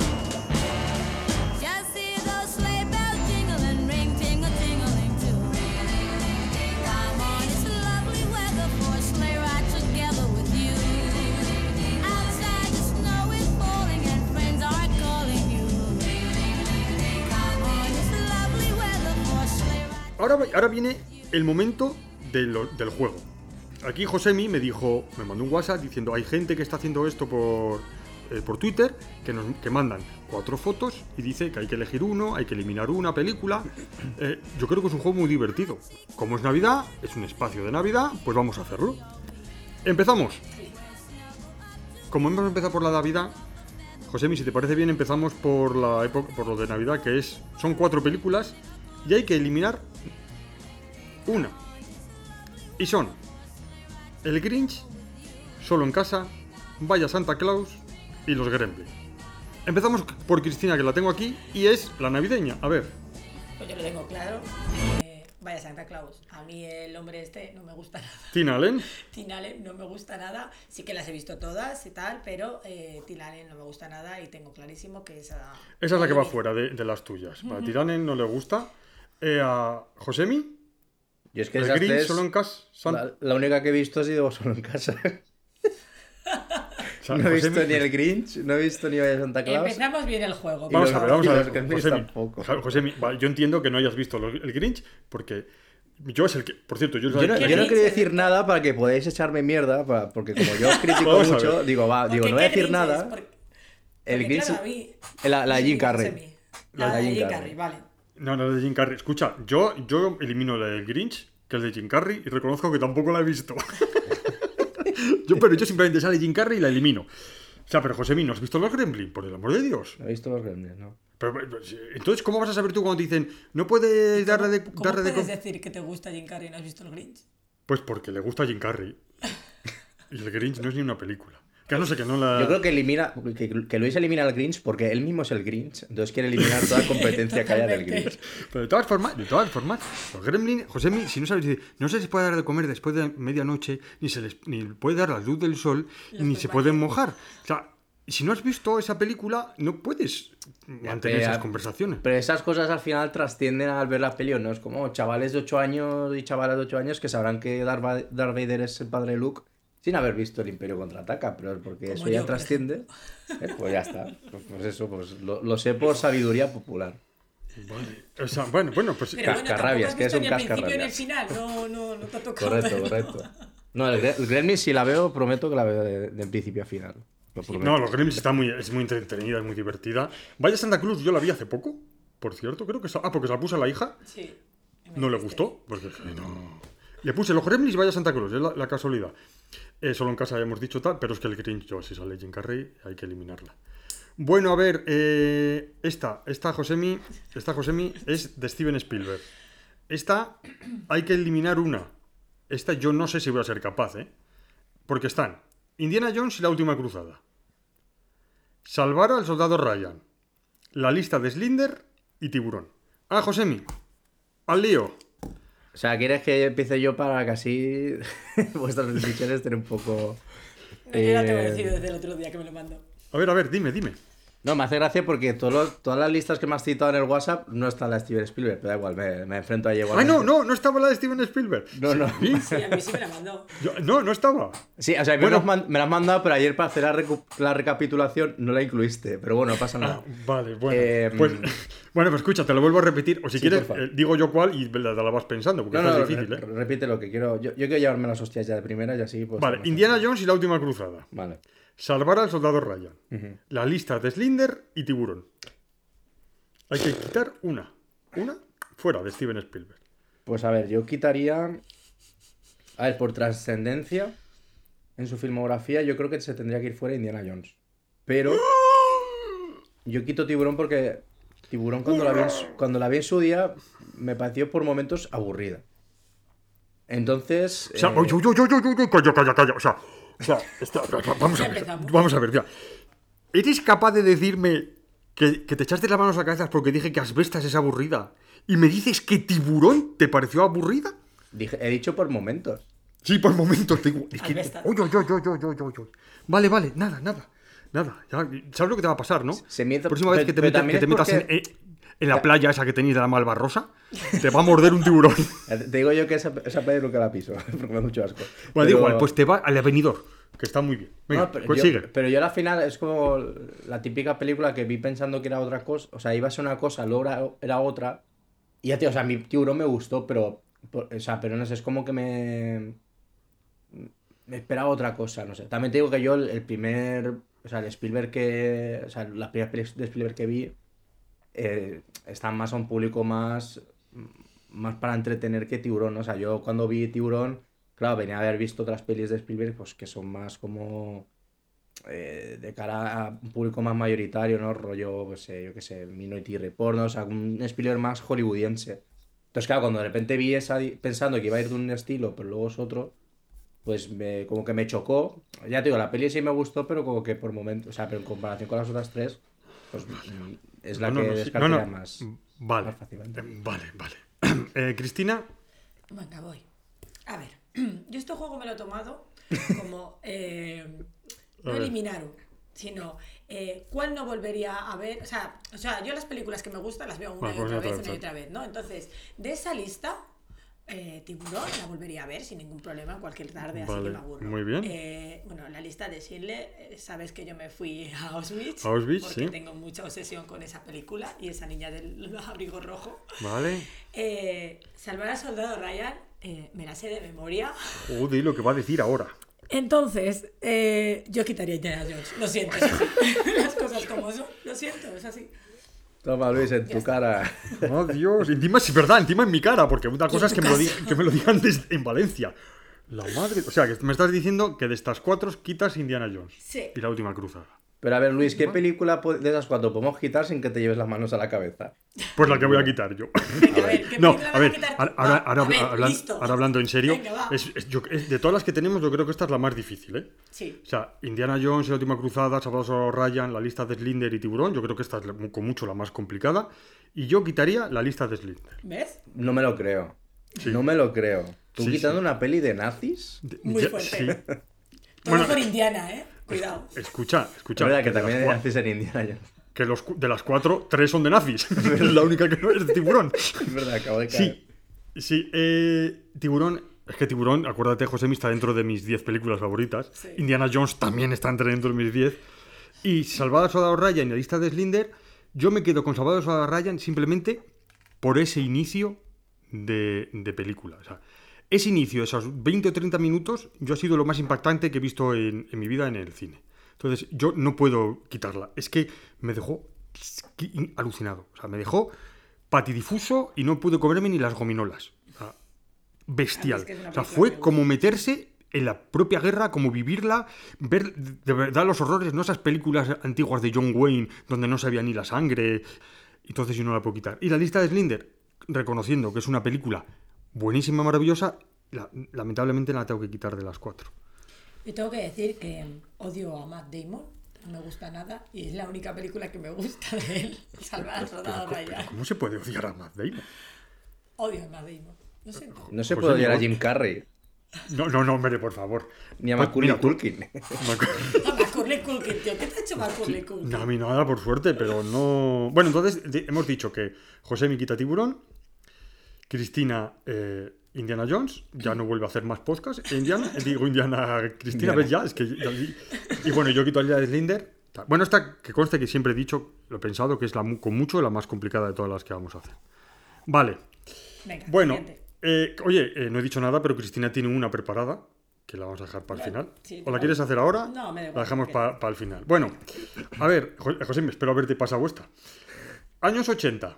Just see those sleigh bells jingling, ring, tingle, tingling too. ahora, va- ahora viene el momento de lo- del juego. Aquí Josemi me dijo, me mandó un WhatsApp diciendo, hay gente que está haciendo esto por, eh, por Twitter, que, nos, que mandan cuatro fotos y dice que hay que elegir uno, hay que eliminar una película. Eh, yo creo que es un juego muy divertido. Como es Navidad, es un espacio de Navidad, pues vamos a hacerlo. Empezamos. Como hemos empezado por la Navidad, Josemi, si te parece bien, empezamos por la época, por lo de Navidad, que es, son cuatro películas y hay que eliminar una. Y son El Grinch, Solo en Casa, Vaya Santa Claus y Los Gremlins. Empezamos por Cristina, que la tengo aquí, y es la navideña. A ver, Pues yo lo tengo claro. Eh, vaya Santa Claus. A mí el hombre este no me gusta nada. Tina Allen. Tim Allen no me gusta nada. Sí que las he visto todas y tal, pero eh, Tim Allen no me gusta nada y tengo clarísimo que esa... Esa es la que va fuera de, de las tuyas. A Tina Allen no le gusta. Eh, a Josemi, Yo es que El esas Grinch, tres, Solo en Casa. San- la, la única que he visto ha sido Solo en Casa. o sea, No he visto Josemi- ni el Grinch, no he visto ni Vaya Santa Claus. Empezamos bien el juego. Y Vamos los- a ver, vamos y a los ver. Gremlins Josemi, tampoco. Ja- Josemi, va, yo entiendo que no hayas visto lo- el Grinch, porque yo es el que. Por cierto, yo, Yo no, ¿Qué yo no Grinch? quería decir nada para que podáis echarme mierda, para- porque como yo os critico Vamos a mucho, ver. digo, va, digo, Porque no voy a ¿qué decir Grinch es? nada. Porque- El porque, Grinch, claro, a mí- la, la Jim Carrey. Semi. La La de de Jim Jim Carrey. Carrey, vale. No, no, de Jim Carrey. Escucha, yo, yo elimino la del Grinch, que es de Jim Carrey, y reconozco que tampoco la he visto. yo, pero yo simplemente sale Jim Carrey y la elimino. O sea, pero Josemi, ¿no has visto los Gremlins? Por el amor de Dios. No he visto los Gremlins, ¿no? Pero, pero, si- entonces, ¿cómo vas a saber tú cuando te dicen no puedes darle de... ¿Cómo darle de puedes com-"? decir que te gusta Jim Carrey y no has visto el Grinch? Pues porque le gusta Jim Carrey. Y el Grinch no es ni una película. Que no sé, que no la... Yo creo que elimina, que, que Luis elimina al Grinch porque él mismo es el Grinch, entonces quiere eliminar toda competencia que haya del Totalmente. Grinch. Pero de todas formas, de todas formas, los Gremlins, Josemi, si no sabes, dice, no se les puede dar de comer después de medianoche, ni se les ni puede dar la luz del sol, Los ni se compañeros. pueden mojar. O sea, si no has visto esa película, no puedes mantener pero- esas conversaciones. Pero esas cosas al final trascienden al ver la peli, ¿o ¿no? Es como chavales de ocho años y chavalas de ocho años que sabrán que Darth Va- Darth Vader es el padre de Luke sin haber visto el Imperio Contraataca, pero es porque Como eso yo, ya por trasciende. Eh, Pues ya está. Pues, pues eso, pues lo, lo sé por sabiduría popular. Vale. O sea, bueno, bueno, pues... Pero bueno, Cascarrabias, tampoco has que es visto un ni al principio ni al cascarrabias. final. No, no, no te ha tocado Correcto, verlo. correcto. No, el, Gre- el Gremlins si la veo, prometo que la veo de, de principio a final. Lo prometo. No, los Gremlins está muy, es muy entretenida, es muy divertida. Vaya Santa Cruz, yo la vi hace poco, por cierto, creo que... esa- Ah, porque se la puse a la hija. Sí. No le gustó, porque no. Le puse los Gremlins y Vaya Santa Cruz, es la, la casualidad. Eh, solo en casa ya hemos dicho tal, pero es que el Grinch, yo, si sale Jim Carrey, hay que eliminarla. Bueno, a ver, eh, esta, esta Josemi, esta Josemi es de Steven Spielberg. Esta hay que eliminar una. Esta yo no sé si voy a ser capaz, ¿eh? Porque están Indiana Jones y la última cruzada, Salvar al soldado Ryan, La lista de Slinder y Tiburón. Ah, Josemi, al lío. O sea, ¿quieres que empiece yo para que así vuestras decisiones estén un poco... No, yo ya te voy a eh, decir desde el otro día que me lo mandó. A ver, a ver, dime, dime. No, me hace gracia porque todos los- todas las listas que me has citado en el WhatsApp no están las de Steven Spielberg, pero da igual, me, me enfrento a Ay, igualmente. no, no, no estaba la de Steven Spielberg. No, no. ¿Sí? Sí, a mí sí me la mandó. Yo- no, no estaba. Sí, o sea, me, Bueno. lo has man- me la has mandado, pero ayer para hacer la, recu- la recapitulación no la incluiste. Pero bueno, no pasa nada. Ah, vale, bueno. Eh, pues, bueno, pues escucha, te lo vuelvo a repetir. O si Sí, quieres, por favor. eh, digo yo cuál y la, la vas pensando, porque No, esto no, es difícil, re- ¿eh? repite lo que quiero. Yo, yo quiero llevarme las hostias ya de primera y así pues... Vale, más Indiana tranquilo. Jones y la última cruzada. Vale. Salvar al soldado Ryan. Ujú. La lista de Slinder y Tiburón. Hay que quitar una. Una fuera de Steven Spielberg. Pues a ver, yo quitaría... A ver, por trascendencia en su filmografía, yo creo que se tendría que ir fuera Indiana Jones. Pero yo quito Tiburón porque Tiburón cuando la vi en su, cuando la vi en su día me pareció por momentos aburrida. Entonces... O sea, eh, oye, oye, oye, oye, oye, calla, calla, calla. O sea, o sea, está- vamos a Ya ver. empezamos. Vamos a ver, ya. ¿Eres capaz de decirme que, que te echaste las manos a la cabeza porque dije que Asbestas es aburrida? ¿Y me dices que Tiburón te pareció aburrida? dije- he dicho por momentos. Sí, por momentos. Te digo, es que, Asbestas. oye, oye, oye, oye, oye, oye, oye. Vale, vale, nada, nada. Nada. Ya, ¿sabes lo que te va a pasar, no? Se me hizo- Próxima vez pero- que te, pero meta- también que te es metas en, porque- eh, en la playa esa que tenéis de la Malvarrosa, te va a morder un tiburón. Te digo yo que esa, esa playa nunca la piso, porque me da mucho asco. Bueno, da Pero- igual, pues te va al Avenidor, que está muy bien. Venga, No, pero, pues yo, sigue. pero yo al final es como la típica película que vi pensando que era otra cosa, o sea, iba a ser una cosa, luego era, era otra, Y ya, tío, o sea, mi Tiburón me gustó, pero, por- o sea, pero no sé, es como que me, me esperaba otra cosa, no sé. También te digo que yo el, el primer, o sea, el Spielberg que, o sea, las primeras pelis de Spielberg que vi eh, están más a un público más, más para entretener que Tiburón, ¿no? O sea, yo cuando vi Tiburón, claro, venía a haber visto otras pelis de Spielberg, pues que son más como eh, de cara a un público más mayoritario, ¿no? Rollo, pues, eh, yo qué sé, Minority Report, ¿no? O sea, un Spielberg más hollywoodiense. Entonces, claro, cuando de repente vi esa di- pensando que iba a ir de un estilo, pero luego es otro, pues me, como que me chocó. Ya te digo, la peli sí me gustó, pero como que por momentos, o sea, pero en comparación con las otras tres, pues mm, es la No, no, que no, sí. descartaría No, no. más, Vale. más fácilmente. Eh, Vale, vale. Eh, Cristina, Venga, voy. A ver, yo este juego me lo he tomado como eh, no A ver. eliminar uno, sino eh, cuál no volvería a ver. O sea, o sea, yo las películas que me gustan las veo una Vale, y otra pues vez, otra una y vez. otra vez, ¿no? Entonces, de esa lista, eh, Tiburón la volvería a ver sin ningún problema en cualquier tarde, así Vale, que me aburro. muy bien. Eh, bueno, la lista de Schindler, eh, sabes que yo me fui a Auschwitz, A Auschwitz, porque sí. tengo mucha obsesión con esa película y esa niña del abrigo rojo. vale. Eh, Salvar al soldado Ryan, eh, me la sé de memoria. Joder, lo que va a decir ahora. Entonces, eh, yo quitaría Indiana Jones. Lo siento, es así. Las cosas como son. Lo siento, es así. Toma, Luis, en Ya tu está. cara. Oh, Dios. Encima, es verdad, encima en mi cara, porque una cosa es tu que me, lo casa. digan, que me lo digan desde- en Valencia. La madre. O sea, que me estás diciendo que de estas cuatro quitas Indiana Jones. Sí. Y la última cruzada. Pero a ver, Luis, ¿qué película po- de esas cuatro podemos quitar sin que te lleves las manos a la cabeza? Pues la que voy a quitar yo. Venga, a ver, ¿qué No, película a vas ver, quitar tú? ahora, Va, ahora, a ahora- ver, hablan- listo. ahora hablando en serio, Venga, va. es- es- yo- es- de todas las que tenemos, yo creo que esta es la más difícil, ¿eh? Sí. O sea, Indiana Jones, La última cruzada, Salvados a Ryan, la lista de Slinder y Tiburón, yo creo que esta es la- con mucho la más complicada. Y yo quitaría la lista de Slinder. ¿Ves? No me lo creo. Sí. No me lo creo. ¿Tú Sí, quitando sí. una peli de nazis? De- Muy ya- fuerte. sí. Todo Bueno, por Indiana, ¿eh? Cuidado. Escucha, escucha. Es verdad que de las también hay cua- nazis en Indiana Jones. que los, cu- de las cuatro, tres son de nazis. Es la única que no es de Tiburón. Es verdad, acabo de caer. Sí, sí. eh, Tiburón, es que Tiburón, acuérdate, José, está dentro de mis diez películas favoritas. Sí. Indiana Jones también está entre dentro de mis diez. Y Salvado al Soldado Ryan y la lista de Slinder, yo me quedo con Salvado al Soldado Ryan simplemente por ese inicio de, de película. O sea, ese inicio, esos veinte o treinta minutos, yo ha sido lo más impactante que he visto en, en mi vida en el cine. Entonces, yo no puedo quitarla. Es que me dejó alucinado. O sea, me dejó patidifuso y no pude comerme ni las gominolas. O sea, bestial. Es que es una O sea, película fue que me como meterse en la propia guerra, como vivirla, ver de verdad los horrores, no esas películas antiguas de John Wayne donde no sabía ni la sangre. Entonces yo no la puedo quitar. Y la lista de Slinder, reconociendo que es una película buenísima, maravillosa, la- lamentablemente la tengo que quitar de las cuatro. Yo tengo que decir que odio a Matt Damon, no me gusta nada, y es la única película que me gusta de él, Salvar al soldado Pero, pero Ryan. ¿cómo se puede odiar a Matt Damon? Odio a Matt Damon. No sé. No se José, puede odiar a mi Jim Carrey. No, no, no, hombre, por favor. Ni a Pues, Macaulay mira, tú- Culkin. A Macaulay Culkin, tío. ¿Qué te ha hecho Macaulay Culkin? No, a mí nada, por suerte, pero no... Bueno, entonces di- hemos dicho que José me quita Tiburón, Cristina eh, Indiana Jones, ya no vuelve a hacer más podcast, e Indiana, eh, digo Indiana, Cristina, Indiana. ¿ves ya? Es que ya- y, y bueno, yo quito a Lila de Slinder. Bueno, esta que conste que siempre he dicho, lo he pensado, que es la, mu- con mucho la más complicada de todas las que vamos a hacer. Vale, Venga, bueno, siguiente. eh, oye, eh, no he dicho nada, pero Cristina tiene una preparada, que la vamos a dejar para el Vale, final. sí, ¿O la tengo- quieres hacer ahora? No, me da igual, La dejamos ok. para el final. Bueno, a ver, Jo- José, me espero haberte pasado esta. Años ochenta.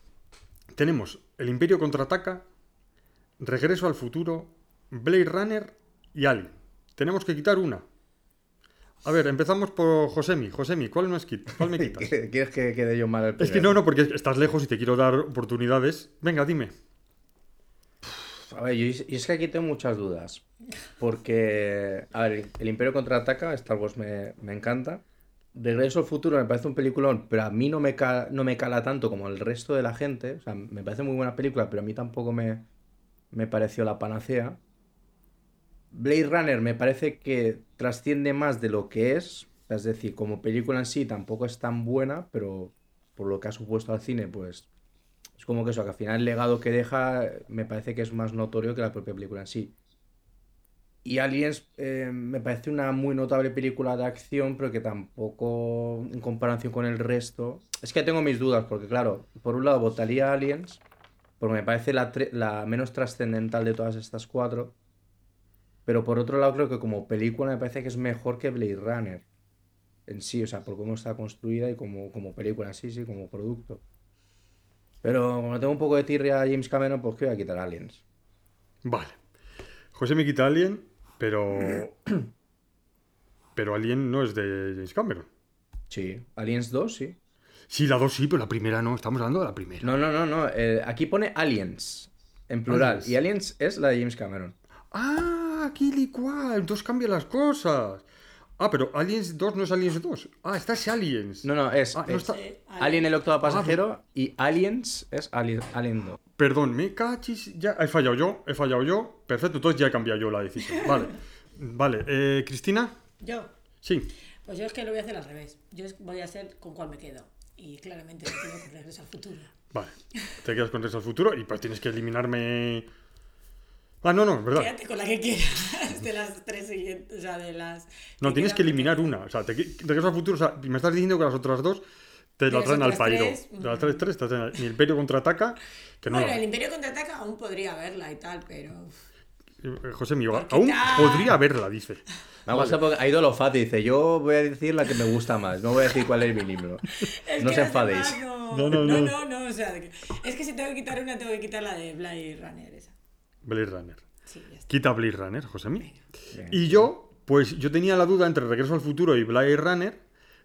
Tenemos El Imperio Contraataca, Regreso al Futuro, Blade Runner y Alien. Tenemos que quitar una. A ver, empezamos por Josemi. Josemi, ¿cuál, no es quit- ¿cuál me quitas? ¿Quieres que quede yo mal el Es que no, no, porque estás lejos y te quiero dar oportunidades. Venga, dime. A ver, yo, y es que aquí tengo muchas dudas. Porque, a ver, El Imperio Contraataca, Star Wars me, me encanta. Regreso al Futuro me parece un peliculón, pero a mí no me, ca- no me cala tanto como el resto de la gente. O sea, me parece muy buena película, pero a mí tampoco me, me pareció la panacea. Blade Runner me parece que trasciende más de lo que es. Es decir, como película en sí tampoco es tan buena, pero por lo que ha supuesto al cine, pues es como que eso, que al final el legado que deja me parece que es más notorio que la propia película en sí. Y Aliens eh, me parece una muy notable película de acción, pero que tampoco, en comparación con el resto... Es que tengo mis dudas, porque claro, por un lado votaría Aliens, porque me parece la, tre- la menos trascendental de todas estas cuatro. Pero por otro lado, creo que como película me parece que es mejor que Blade Runner en sí, o sea, por cómo está construida y como, como película en sí, sí, como producto. Pero como tengo un poco de tirria a James Cameron, pues que voy a quitar Aliens. Vale. José me quita Alien, pero... pero Alien no es de James Cameron. Sí, Aliens dos, sí. Sí, la dos sí, pero la primera no. Estamos hablando de la primera. No, no, no, no. eh, aquí pone Aliens, en plural. Aliens. Y Aliens es la de James Cameron. Ah, aquí licual. Entonces cambia las cosas. Ah, pero Aliens dos no es Aliens dos. Ah, esta es Aliens. No, no, es, Ah, no es está- Sí, Alien el octavo pasajero y Aliens es Alien, Alien dos. Perdón, me cachis. Ya he fallado yo, he fallado yo. Perfecto, entonces ya he cambiado yo la decisión. Vale. Vale, eh, Cristina. Yo, Sí. pues yo es que lo voy a hacer al revés. Yo es- voy a hacer con cuál me quedo. Y claramente me quedo con Regreso al Futuro. Vale. Te quedas con Regreso al Futuro y pues tienes que eliminarme. Ah, no, no, es verdad. Quédate con la que quieras de las tres siguientes, o sea, de las... No, tienes que quedan eliminar pequeñas. una. O sea, te, qui- Regreso al Futuro. O sea, me estás diciendo que las otras dos te De la las traen al otras pairo. tres, De las tres, tres, te traen al- Mi Imperio contraataca. Que no. Bueno, el Imperio Contraataca aún podría verla y tal, pero... Eh, José mío, Porque aún ya- podría verla, dice. Me ha gustado porque ha ido lo fácil. Dice, yo voy a decir la que me gusta más. No voy a decir cuál es mi libro. Es No que se las enfadéis. demás No, No, no, no, no, no. no, o sea, de que- es que si tengo que quitar una, tengo que quitar la de Blade Runner, esa. Blade Runner. Sí, ya está. Quita Blade Runner, José mío. Venga. Y yo, pues yo tenía la duda entre Regreso al Futuro y Blade Runner,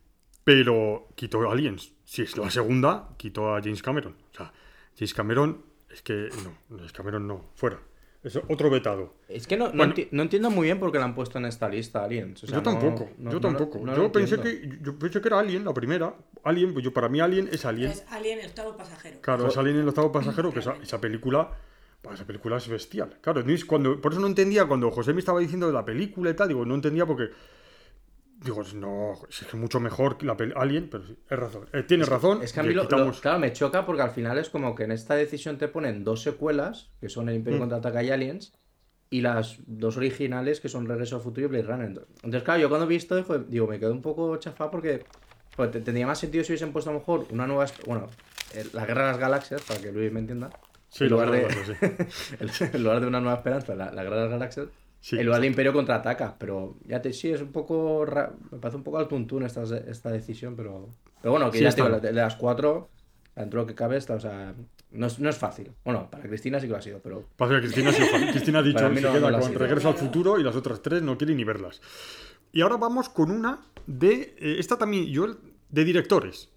pero quitó Aliens. Si es la segunda, quitó a James Cameron. O sea, James Cameron, es que no, James Cameron no, fuera. Es otro vetado. Es que no, no, Bueno. enti- no entiendo muy bien por qué la han puesto en esta lista Aliens. O sea, yo no- tampoco, no- yo no- tampoco. no lo yo pensé entiendo. que yo pensé que era Alien, la primera. Alien, pues yo para mí Alien es Alien. Es Alien, el octavo pasajero. Claro, es Alien en el octavo pasajero, que esa, esa película, bah, esa película es bestial. Claro, no es cuando, por eso no entendía cuando José me estaba diciendo de la película y tal, digo, no entendía porque, digo, no, es que es mucho mejor que la peli Alien, pero sí, es razón, eh, tienes razón. Es que a mí le lo- lo- quitamos- claro, me choca porque al final es como que en esta decisión te ponen dos secuelas, que son El Imperio Mm. Contraataca y Aliens, y las dos originales, que son Regreso al Futuro y Blade Runner. Entonces, claro, yo cuando he visto, dijo- digo, me quedé un poco chafado porque pues, te- tendría más sentido si hubiesen puesto a lo mejor una nueva... esp- Bueno, eh, la Guerra de las Galaxias, para que Luis me entienda. Sí, en, lo lugar de, verdad, sí. en lugar de una nueva esperanza, la, la Guerra de las Galaxias. Sí, en lugar de exacto. Imperio Contraataca. Pero ya te sí, es un poco... ra- Me parece un poco al tuntún esta, esta decisión, pero... Pero bueno, que Sí, ya está. te digo, de, de las cuatro, dentro de lo que cabe, está, o sea... No es, no es fácil. Bueno, para Cristina sí que lo ha sido, pero... Pasa que Cristina, ha sido fan. Cristina ha dicho Para mí se no- queda no la con sigo. Regreso al Futuro y las otras tres no quiere ni verlas. Y ahora vamos con una de, eh, esta también, yo, de directores.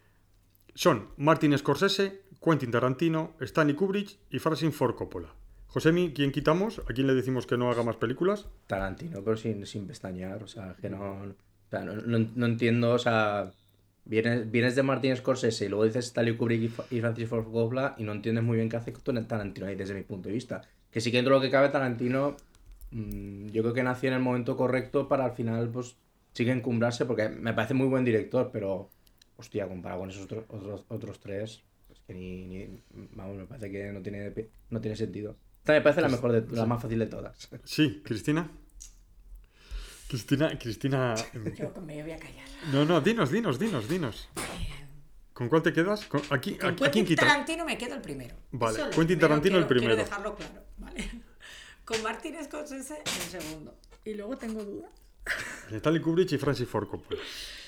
Son Martin Scorsese, Quentin Tarantino, Stanley Kubrick y Francis Ford Coppola. Josemi, ¿quién quitamos? ¿A quién le decimos que no haga más películas? Tarantino, pero sin, sin pestañear, o sea, que no... O sea, no, no- no entiendo, o sea... Vienes, vienes de Martin Scorsese y luego dices Stanley Kubrick y, Fa- y Francis Ford Coppola y no entiendes muy bien qué hace Tarantino ahí desde mi punto de vista. Que sí que dentro de lo que cabe Tarantino, mmm, yo creo que nació en el momento correcto para al final, pues, sí que encumbrarse, porque me parece muy buen director, pero, hostia, comparado con esos otros, otros, otros tres, es que ni, ni- vamos, me parece que no tiene, no tiene sentido. Esta me parece la mejor, de, la más fácil de todas. Sí, Cristina. Cristina, Cristina... Yo me voy a callar. No, no, dinos, dinos, dinos, dinos. ¿Con cuál te quedas? ¿Con- aquí, Con ¿A, a quién Quentin quitas? Tarantino me quedo el primero. Vale, Eso es lo Quentin primero, Tarantino el quiero- quiero primero. dejarlo claro, ¿vale? Con Martin Scorsese el segundo. Y luego tengo dudas. Stanley Kubrick y Francis Ford Coppola.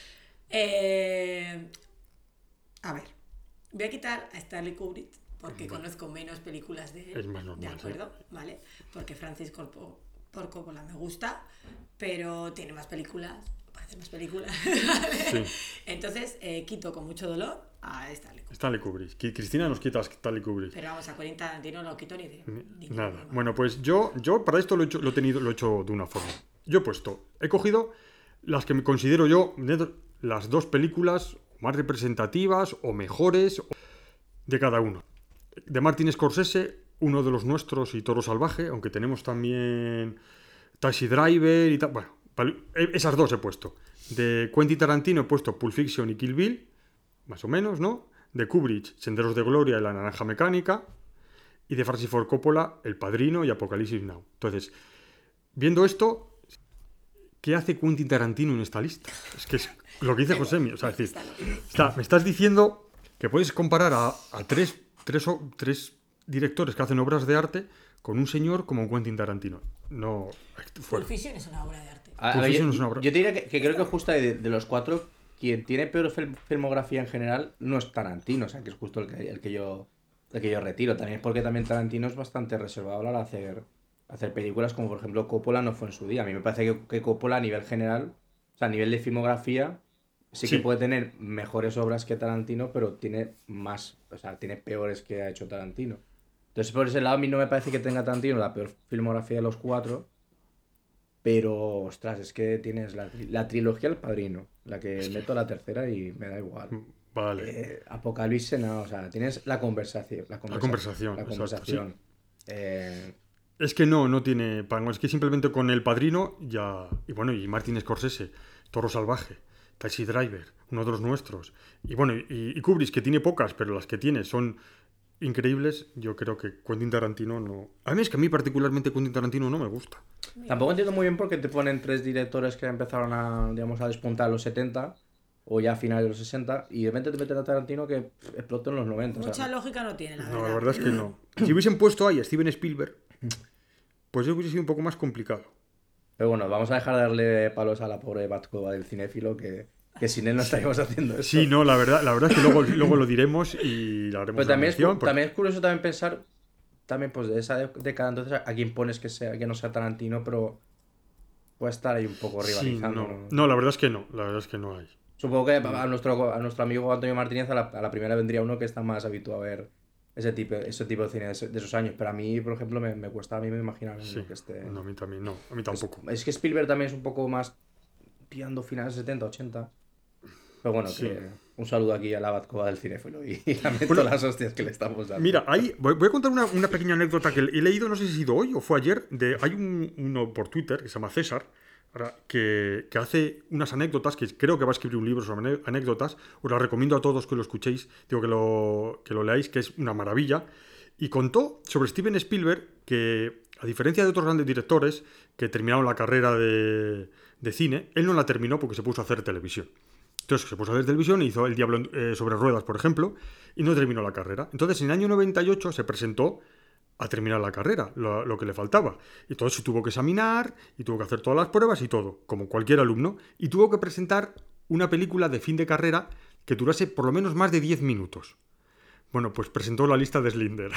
Eh, a ver, voy a quitar a Stanley Kubrick porque conozco menos películas de él. Es más normal, de acuerdo, ¿vale? Porque Francis Corpo- Ford Coppola me gusta, pero tiene más películas, puede hacer más películas. ¿vale? Sí. Entonces, eh, quito con mucho dolor a Stanley Kubrick. Stanley Kubrick. Qui- Cristina nos quita a Stanley Kubrick. Pero vamos, a Quentin Tarantino no lo quito ni de... ni de Nada. broma. Bueno, pues yo, yo para esto lo he, hecho, lo, he tenido, lo he hecho de una forma. Yo he puesto, he cogido las que me considero yo dentro- las dos películas más representativas o mejores de cada uno. De Martin Scorsese, uno de los nuestros y Toro Salvaje, aunque tenemos también Taxi Driver y tal. Bueno, pal- esas dos he puesto. De Quentin Tarantino he puesto Pulp Fiction y Kill Bill, más o menos, ¿no? De Kubrick, Senderos de Gloria y La Naranja Mecánica. Y de Francis Ford Coppola, El Padrino y Apocalipsis Now. Entonces, viendo esto, ¿qué hace Quentin Tarantino en esta lista? Es que es lo que dice Josemi. O sea, es decir, está- me estás diciendo que puedes comparar a, a tres, tres, o- tres directores que hacen obras de arte con un señor como Quentin Tarantino. No, fuera. Pulp Fiction es una obra de arte. A- a Pulp ver, Fiction yo, es una obra- yo te diría que, que creo que justo de, de los cuatro, quien tiene peor fil- filmografía en general no es Tarantino, o sea, que es justo el que, el que yo el que yo retiro. También es porque también Tarantino es bastante reservado a la hora de hacer, hacer películas, como por ejemplo Coppola no fue en su día. A mí me parece que, que Coppola a nivel general, o sea, a nivel de filmografía, sí, Sí. que puede tener mejores obras que Tarantino, pero tiene más, o sea, tiene peores que ha hecho Tarantino. Entonces, por ese lado, a mí no me parece que tenga Tarantino la peor filmografía de los cuatro. Pero, ostras, es que tienes la, tri- la trilogía El Padrino, la que meto a la tercera y me da igual. Vale. Eh, Apocalipsis, no, o sea, tienes la conversación. La, conversa- conversación, La exacto, conversación. Eh, Es que no, no tiene pango. Es que simplemente con El Padrino ya... Y bueno, y Martin Scorsese, Toro Salvaje, Taxi Driver, uno de los nuestros. Y bueno, y, y Kubrick, que tiene pocas, pero las que tiene son increíbles. Yo creo que Quentin Tarantino no... A mí es que a mí particularmente Quentin Tarantino no me gusta. Tampoco entiendo muy bien por qué te ponen tres directores que empezaron a, digamos, a despuntar en los setenta o ya a finales de los sesenta y de repente te meten a Tarantino que pff, explotó en los noventa. o sea, Mucha lógica no tiene, la verdad. No, la verdad es que no. Si hubiesen puesto ahí a Steven Spielberg, pues hubiese sido un poco más complicado. Pero bueno, vamos a dejar de darle palos a la pobre Batcova del cinéfilo que, que sin él no estaríamos haciendo esto. Sí, no, la verdad, la verdad es que luego, luego lo diremos y le haremos Pero una también es, mención, cu- porque- también es curioso también pensar también pues de esa de- década entonces a quién pones que sea que no sea Tarantino, pero puede estar ahí un poco Sí, rivalizando. no. ¿no? No, la verdad es que no, la verdad es que no hay. Supongo que a nuestro, a nuestro amigo Antonio Martínez a la, a la primera vendría uno que está más habituado a ver ese tipo, ese tipo de cine de, ese- de esos años. Pero a mí, por ejemplo, me, me cuesta a mí me imaginar Sí, que esté... no, a mí también, no, a mí tampoco. Es que Spielberg también es un poco más tirando finales setenta, ochenta. Pero bueno, Sí. que un saludo aquí a la Batcova del cinéfilo y, y lamento Bueno, las hostias que le estamos dando. Mira, hay, voy, voy a contar una, una pequeña anécdota que he leído, no sé si ha sido hoy o fue ayer, de, hay un, uno por Twitter que se llama César, ahora, que, que hace unas anécdotas, que creo que va a escribir un libro sobre ane- anécdotas, os la recomiendo a todos que lo escuchéis, digo que lo, que lo leáis, que es una maravilla, y contó sobre Steven Spielberg que, a diferencia de otros grandes directores que terminaron la carrera de, de cine, él no la terminó porque se puso a hacer televisión. Entonces se puso a hacer televisión, hizo El Diablo eh, sobre ruedas, por ejemplo, y no terminó la carrera. Entonces, en el año noventa y ocho se presentó a terminar la carrera, lo, lo que le faltaba. Y todo se tuvo que examinar, y tuvo que hacer todas las pruebas y todo, como cualquier alumno, y tuvo que presentar una película de fin de carrera que durase por lo menos más de diez minutos. Bueno, pues presentó La lista de Schindler.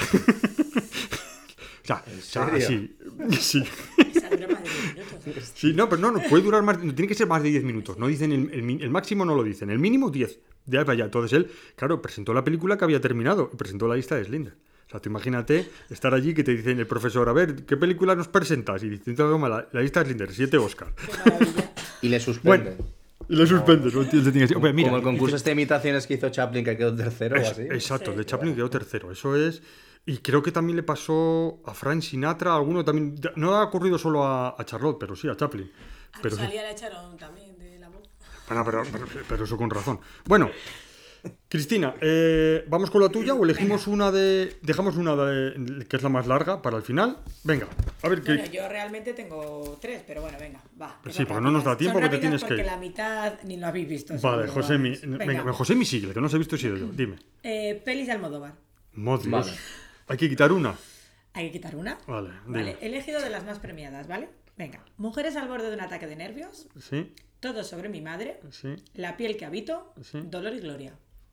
O sea, ¿En o sea, serio? sí, sí. Esa dura más de diez minutos. Sí, no, pero no, no puede durar más, no, tiene que ser más de diez minutos. No dicen el, el mi- el máximo, no lo dicen. El mínimo, diez. De ahí para allá. Entonces él, claro, presentó la película que había terminado y presentó la lista de Schindler. O sea, tú imagínate estar allí que te dicen el profesor, a ver, ¿qué película nos presentas? Y dicen, toma la, la lista de Schindler, siete Oscar. Qué maravilla. Y le suspenden. Bueno, y lo suspendes. ¿no? Entonces, tiene que ser- Hombre, mira, Como el concurso dice- este de imitaciones que hizo Chaplin que quedó tercero o Es- así. exacto, el de Sí. Chaplin quedó tercero. Eso es. Y creo que también le pasó a Frank Sinatra, a alguno también. No ha ocurrido solo a, a Charlotte, pero sí a Chaplin. A Pero, sí. Rosalía le echaron también de la boca. Bueno, pero, pero, pero eso con razón. Bueno, Cristina, eh, ¿vamos con la tuya o elegimos una de. Dejamos una de, que es la más larga para el final? Venga, a ver qué. Bueno, yo realmente tengo tres, pero bueno, venga, va. Pues que sí, son porque no nos da rápidas. tiempo Son porque rápidas tienes que porque ir. la mitad ni lo habéis visto. Vale, seguro, Josemi. vamos. Venga, Josemi sigue, que no se ha visto he sido yo. Dime. Eh, pelis de Almodóvar. Modric. Vale. Hay que quitar una. Hay que quitar una. Vale, Vale, dime. he elegido de las más premiadas, ¿vale? Venga, Mujeres al borde de un ataque de nervios, Sí, Todo sobre mi madre, sí. La piel que habito, Sí. Dolor y Gloria.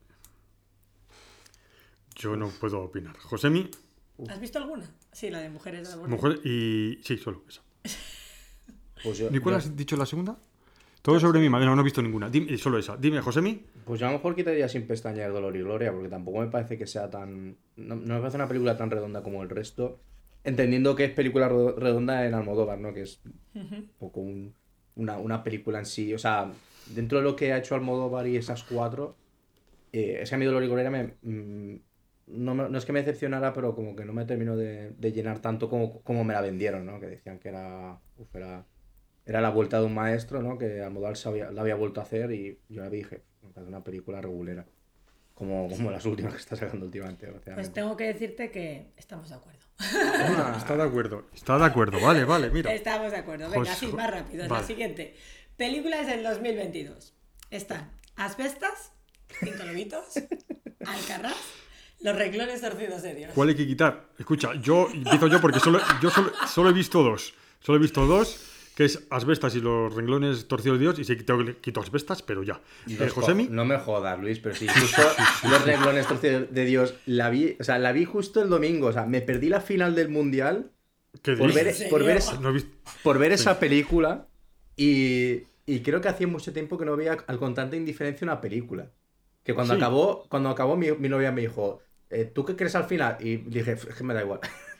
Yo no puedo opinar. Josemi, ¿Has visto alguna? Sí, la de Mujeres al borde. mujer y. Sí, solo esa. Pues yo, ¿Ni cuál yo- has dicho la segunda? Todo sobre mi madre. No, no he visto ninguna. Dime, solo esa. Dime, Josemi. pues yo a lo mejor quitaría sin pestañear Dolor y Gloria, porque tampoco me parece que sea tan... No, no me parece una película tan redonda como el resto, entendiendo que es película ro- redonda en Almodóvar, ¿no? Que es un poco un- una, una película en sí. O sea, dentro de lo que ha hecho Almodóvar y esas cuatro, eh, es que a mí Dolor y Gloria me... mm, no, me- no es que me decepcionara, pero como que no me terminó de, de llenar tanto como, como me la vendieron, ¿no? Que decían que era... uf, era Era la vuelta de un maestro, ¿no? Que Almodóvar se había- la había vuelto a hacer y yo la vi y dije, me parece una película regulera. Como, como las últimas que está sacando últimamente. Pues desgraciadamente. tengo que decirte que estamos de acuerdo. Ah, está de acuerdo. Está de acuerdo. Vale, vale, mira. Estamos de acuerdo. Venga, Jos- sí, más rápido. vale. La siguiente. Películas del dos mil veintidós. Están Asbestas, Cinco Lobitos, Alcarrás, Los renglones torcidos de Dios. ¿Cuál hay que quitar? Escucha, yo empiezo yo porque solo, yo solo, solo he visto dos. Solo he visto dos, que es Asbestas y los renglones torcidos de Dios, y sí quito, quito Asbestas, pero ya. Eh, Los Josemi, co- No me jodas, Luis, pero si justo los renglones torcidos de Dios la vi, o sea, la vi justo el domingo, o sea, me perdí la final del mundial ¿qué por ver, dices? por ver, serio? No he visto... por ver esa película y, y creo que hacía mucho tiempo que no veía al con tanta indiferencia una película. Que cuando Sí. acabó, cuando acabó mi, mi novia me dijo, eh, ¿tú qué crees al final? Y dije, es que me da igual.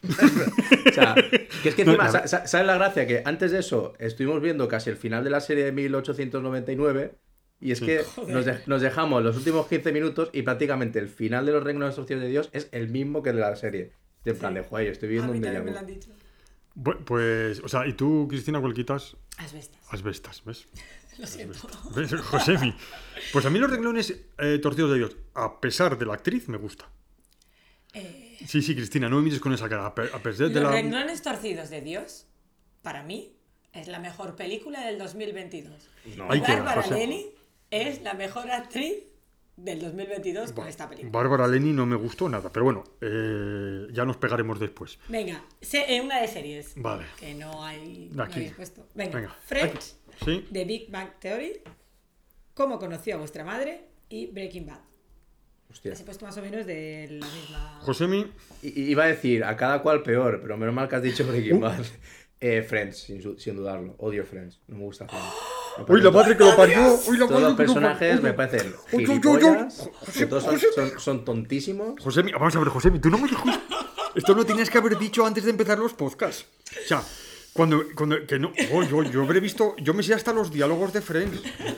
O sea, que es que No, encima, la- sa- sa- ¿sabes la gracia? Que antes de eso estuvimos viendo casi el final de la serie de mil ochocientos noventa y nueve y es que nos, de- nos dejamos los últimos quince minutos y prácticamente el final de los renglones torcidos de Dios es el mismo que el de la serie. De plan de, joder, yo estoy A viendo mí un déjà también me vu". lo han dicho. Bu- Pues, o sea, ¿y tú, Cristina, cuál quitas? Asbestas. Asbestas, ¿ves? Lo siento. ¿Ves, Josemi? Pues a mí los renglones eh, torcidos de Dios, a pesar de la actriz, me gusta. Eh, Sí, sí, Cristina, no me mires con esa cara. A, pe- a pesar de Los la... renglones torcidos de Dios, para mí, es la mejor película del dos mil veintidós. No. Ahí Y queda, Bárbara José. Leni es la mejor actriz del dos mil veintidós con esta película. Bárbara Leni no me gustó nada, pero bueno, eh, ya nos pegaremos después. Venga, se- eh, una de series. Vale. Que no hay. No Aquí. habéis puesto. Venga, Venga. Friends, ¿Sí? The Big Bang Theory, Cómo conoció a vuestra madre y Breaking Bad. Hostia. Las he puesto más o menos de la misma. Josemi, I- i- Iba a decir, a cada cual peor, pero menos mal que has dicho Breaking Bad. Eh, Friends, sin, su- sin dudarlo. Odio Friends. No me gusta Friends. Me uy, la parece- madre que lo parió, uy, la Todos madre los que lo personajes parió. me parecen Uy, uy, uy, uy. gilipollas, José- que todos son, José- son- son tontísimos. Josemi, vamos a ver, Josemi, tú no me dijo esto lo tenías que haber dicho antes de empezar los podcasts. O sea, cuando, cuando que no, oh, yo, yo habré visto, yo me sé hasta los diálogos de Friends.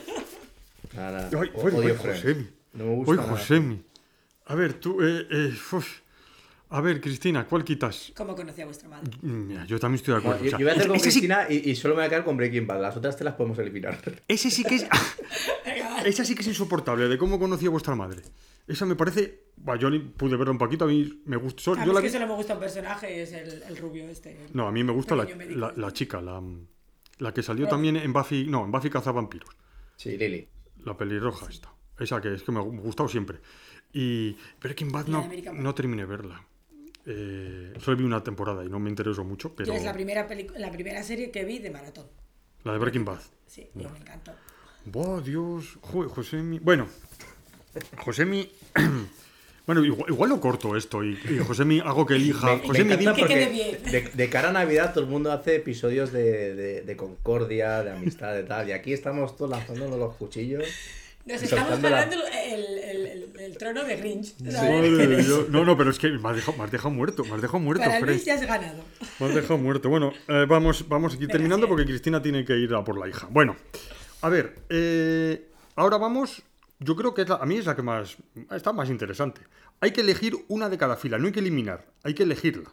Nada, Ay, o- bueno, odio ay, Friends. Josemi. No me gusta Uy, nada. Josemi. A ver, tú, eh, eh, uf. A ver, Cristina, ¿cuál quitas? ¿Cómo conocí a vuestra madre? Mira, yo también estoy de acuerdo. Bueno, yo, O sea, yo voy a hacer con ese, sí, Cristina y, y solo me voy a quedar con Breaking Bad. Las otras te las podemos eliminar. ese sí que es. Esa sí que es insoportable, de cómo conocí a vuestra madre. Esa me parece. Bah, yo pude verla un poquito, a mí me gustó. A mí Yo es la que vi- solo me gusta un personaje, es el, el rubio este. el No, a mí me gusta la, pequeño médico la, este. la chica, la, la que salió Roja. también en Buffy. No, en Buffy cazavampiros. Sí, Lily. La pelirroja esta. Esa que es que me ha me ha gustado siempre. Y Breaking Bad Y la no, de American Pie. no terminé de verla. Eh, solo vi una temporada y no me interesó mucho, pero Yo es la primera, pelicu- la primera serie que vi de maratón. la de Breaking Bad. Sí, y me encantó. ¡Buah, Dios! Joder, Josemi. Bueno, Josemi. Bueno, igual, igual lo corto esto y, y Josemi hago que elija. Me, me Josemi, encanta di- Que quede porque bien. de, de cara a Navidad todo el mundo hace episodios de, de, de concordia, de amistad, de tal. Y aquí estamos todos lanzándonos los cuchillos. Nos Y estamos soltando la- ganando el, el, el, el trono de Grinch. ¿sabes? Madre de Dios. No, no, pero es que me has dejado, me has dejado muerto, me has dejado muerto, Para Fred. Luis ya has ganado. Me has dejado muerto. Bueno, eh, vamos, vamos aquí Venga, terminando sigue. porque Cristina tiene que ir a por la hija. Bueno, a ver, eh, ahora vamos. Yo creo que es la- a mí es la que más está más interesante. Hay que elegir una de cada fila, no hay que eliminar, hay que elegirla.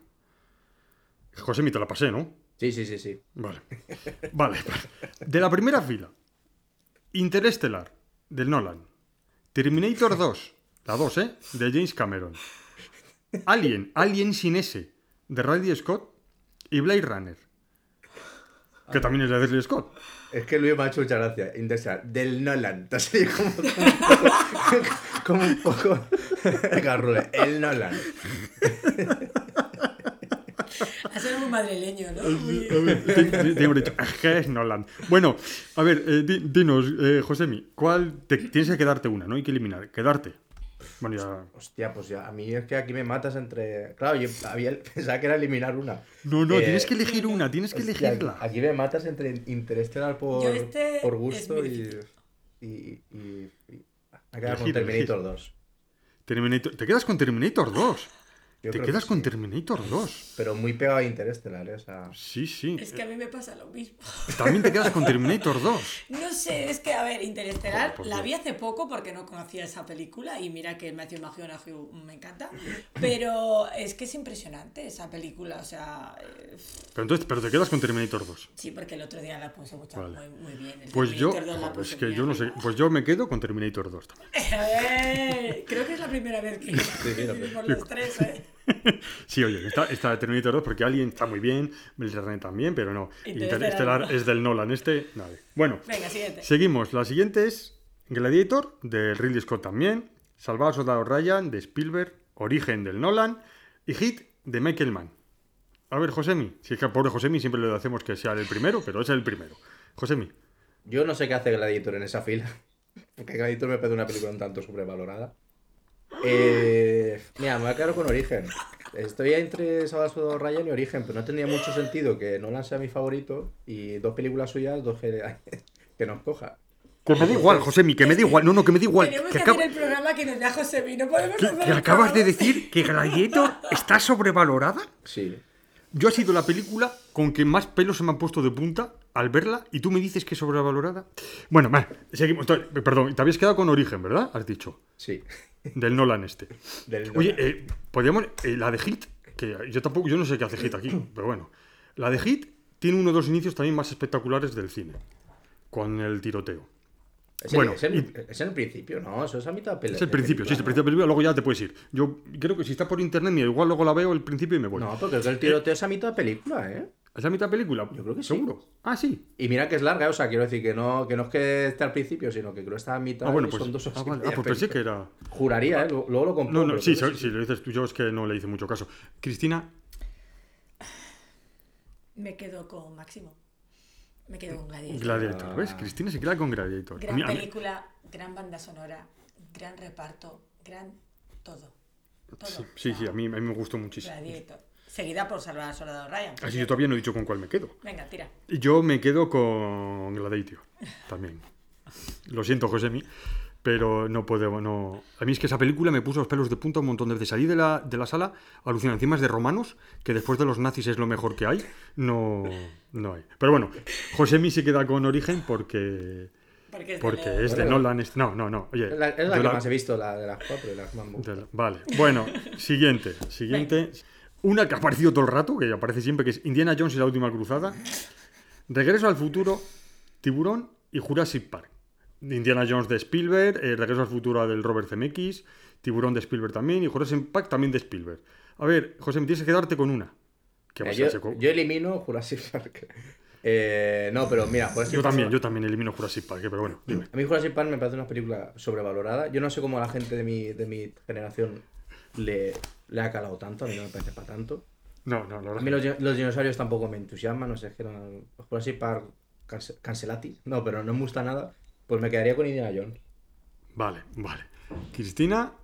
José, te la pasé, ¿no? Sí, sí, sí, sí. Vale. Vale. De la primera fila, Interestelar, del Nolan. Terminator dos, la dos, ¿eh? De James Cameron. Alien, Alien sin S, de Ridley Scott. Y Blade Runner, que también es de Ridley Scott. Es que Luis me ha hecho mucha gracia. Interestelar, del Nolan. Te ha salido como, como un poco. Como un poco. Garrule, el Nolan. Ha sido muy madrileño, ¿no? Muy- A ver, te- te- te hemos dicho, "Es que es Nolan". Bueno, a ver, eh, di- dinos, eh, Josemi, ¿cuál te, tienes que quedarte una, no hay que eliminar, quedarte. Bueno, ya. Hostia, pues ya, a mí es que aquí me matas entre. Claro, yo había, pensaba que era eliminar una. No, no, Eh, tienes que elegir una, tienes que Hostia, elegirla. Aquí, aquí me matas entre Interestelar por, Yo este por es gusto muy y, difícil. y, y, y- Me quedado con Elegir, Terminator elegir. dos. Terminator, te quedas con Terminator dos. Yo Te creo quedas que con sí. Terminator dos. Pero muy pegado a Interestelar, ¿eh? O sea, Sí, sí. Es que a mí me pasa lo mismo. También te quedas con Terminator dos. No sé, es que, a ver, Interestelar Joder, por la Dios. vi hace poco porque no conocía esa película y mira que Matthew McConaughey me encanta, pero es que es impresionante esa película, o sea, eh, Pero entonces, pero te quedas con Terminator dos. sí, porque el otro día la puse mucho, Vale. muy, muy bien. El Pues yo, Terminator dos la joder, puse es que muy yo no sé, arriba. pues yo me quedo con Terminator dos también. Eh, creo que es la primera vez que sí, lo por los tres, ¿eh? Sí, oye, está, está Terminator dos porque Alien está muy bien, Blade Runner también, pero no. Interestelar. Interestelar es del Nolan este, nada. Bueno, Venga, siguiente. seguimos. La siguiente es Gladiator, de Ridley Scott también. Salvar al Soldado Ryan, de Spielberg. Origen del Nolan y Hit de Michael Mann. A ver, Josemi, si es que al pobre Josemi siempre le hacemos que sea el primero, pero es el primero. Josemi. Yo no sé qué hace Gladiator en esa fila. Porque Gladiator me parece una película un tanto sobrevalorada. Eh, mira, me voy a quedar con Origen. Estoy entre Salvador Ryan y Origen, pero no tendría mucho sentido que Nolan sea mi favorito y dos películas suyas, dos que, que nos coja. Que me da igual, Josemi, que me da igual. No, no, que me da igual. Tenemos Que, que acab- hacer el programa que nos da Josemi, no podemos que- hacer que el acabas de programa. decir que Gladiator está sobrevalorada. Sí. Yo ha sido la película con que más pelos se me han puesto de punta al verla y tú me dices que es sobrevalorada. Bueno, va, seguimos. Entonces, perdón, te habías quedado con Origen, ¿verdad? Has dicho. Sí. Del Nolan este. Del Oye, Nolan. eh, podríamos. eh, la de Hit, que yo tampoco. Yo no sé qué hace Hit aquí, pero bueno. La de Hit tiene uno de los inicios también más espectaculares del cine. Con el tiroteo. Es, el, Bueno, es, el, y- es en el principio, ¿no? Eso es a mitad de película. Es el principio, sí, es el principio de la película, luego ya te puedes ir. Yo creo que si está por internet, mira, igual luego la veo el principio y me voy. No, porque creo que el tiroteo es a mitad de película, ¿eh? ¿Es la mitad de película? Yo creo que sí. ¿Seguro? Ah, sí. Y mira que es larga, o sea, quiero decir que no, que no es que esté al principio, sino que creo que está a mitad Ah, bueno, y pues. son dos horas Ah, y vale. media Ah, pues de pensé que película. era. Juraría, ¿eh? Luego luego lo compro. No, no, pero sí, creo que si lo dices tú, yo es que no le hice mucho caso. Cristina, Me quedo con Máximo. Me quedo con Gladiator. Gladiator. ¿Ves? Cristina se queda con Gladiator. A Gran mí- a mí- película, gran banda sonora, gran reparto, gran todo. Todo. Sí, sí, sí, a mí, a mí me gustó muchísimo. Gladiator. Seguida por Salvar al Soldado Ryan. Así yo todavía no he dicho con cuál me quedo. Venga, tira. Y Yo me quedo con Gladiator también. Lo siento, Josemi, pero no puedo. No. A mí es que esa película me puso los pelos de punta un montón de veces. Salí de la, de la sala alucinando. Encima es de romanos, que después de los nazis es lo mejor que hay. No, no hay. Pero bueno, Josemi se queda con Origen porque. Porque es de Porque Leo. es de Bueno. Nolan. es- No, no, no. Oye, Es la, es la yo que la- más he visto, la de las cuatro y las más me de gustan. la- Vale. Bueno, siguiente. Siguiente. Una que ha aparecido todo el rato, que aparece siempre, que es Indiana Jones y la última cruzada. Regreso al futuro, Tiburón y Jurassic Park. Indiana Jones de Spielberg, eh, Regreso al futuro del Robert Zemeckis, Tiburón de Spielberg también y Jurassic Park también de Spielberg. A ver, José, me tienes que quedarte con una. ¿Qué Eh, vas a yo, hacer con- yo elimino Jurassic Park. Eh, no, pero mira, Jurassic Yo Park- también, yo también elimino Jurassic Park, eh, pero bueno, dime. A mí Jurassic Park me parece una película sobrevalorada. Yo no sé cómo a la gente de mi, de mi generación le, le ha calado tanto. A mí no me parece para tanto. No, no, la A verdad. mí los, di- los dinosaurios tampoco me entusiasman. No sé, es que no, Jurassic Park cance- cancelati. No, pero no me gusta nada. Pues me quedaría con Indiana Jones. Vale, vale. Cristina.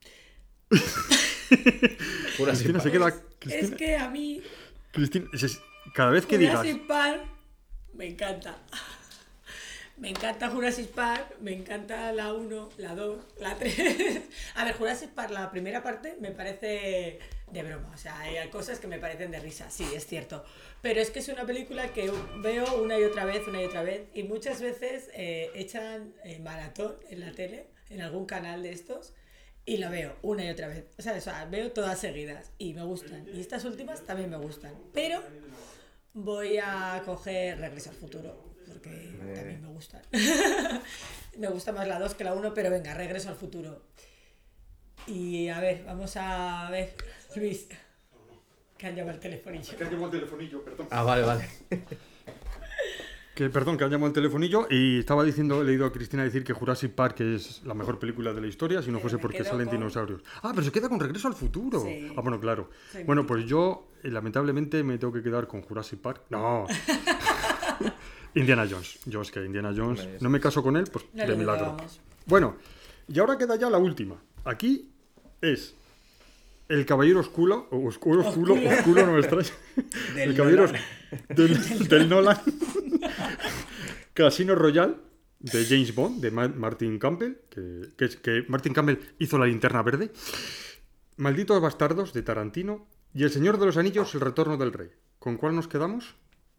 Jurassic Cristina Park. se queda. Es Cristina, que a mí Cristina, es- cada vez que digas. Jurassic Park me encanta. Me encanta Jurassic Park, me encanta la uno, la dos, la tres. A ver, Jurassic Park, la primera parte me parece de broma. O sea, hay cosas que me parecen de risa, sí, es cierto. Pero es que es una película que veo una y otra vez, una y otra vez. Y muchas veces eh, echan eh, maratón en la tele, en algún canal de estos. Y la veo una y otra vez. O sea, o sea, veo todas seguidas y me gustan. Y estas últimas también me gustan. Pero voy a coger Regreso al Futuro. Porque también me gustan. Me gusta más la dos que la uno, pero venga, Regreso al Futuro. Y a ver, vamos a ver, Luis, que han llamado el telefonillo. Que han llamado el telefonillo, perdón. Ah, vale, vale. Que, perdón, que han llamado el telefonillo y estaba diciendo, he leído a Cristina decir que Jurassic Park es la mejor película de la historia, si no Pero fuese me porque quedo salen con- dinosaurios. Ah, pero se queda con Regreso al Futuro. Sí. Ah, bueno, claro. Soy Bueno, mítica. pues yo, eh, lamentablemente, me tengo que quedar con Jurassic Park. No. Indiana Jones. Yo es que Indiana Jones, Hombre, es- no me caso con él, pues No de lo milagro. dudamos. Bueno, y ahora queda ya la última. Aquí es el caballero oscuro, o oscuro, oscuro, Oscuro. oscuro no me extraña. Del El caballero Nolan. del, del Nolan. Casino Royale de James Bond, de Ma- Martin Campbell, que, que, es- que Martin Campbell hizo La Linterna Verde. Malditos Bastardos de Tarantino y El Señor de los Anillos, El Retorno del Rey. ¿Con cuál nos quedamos?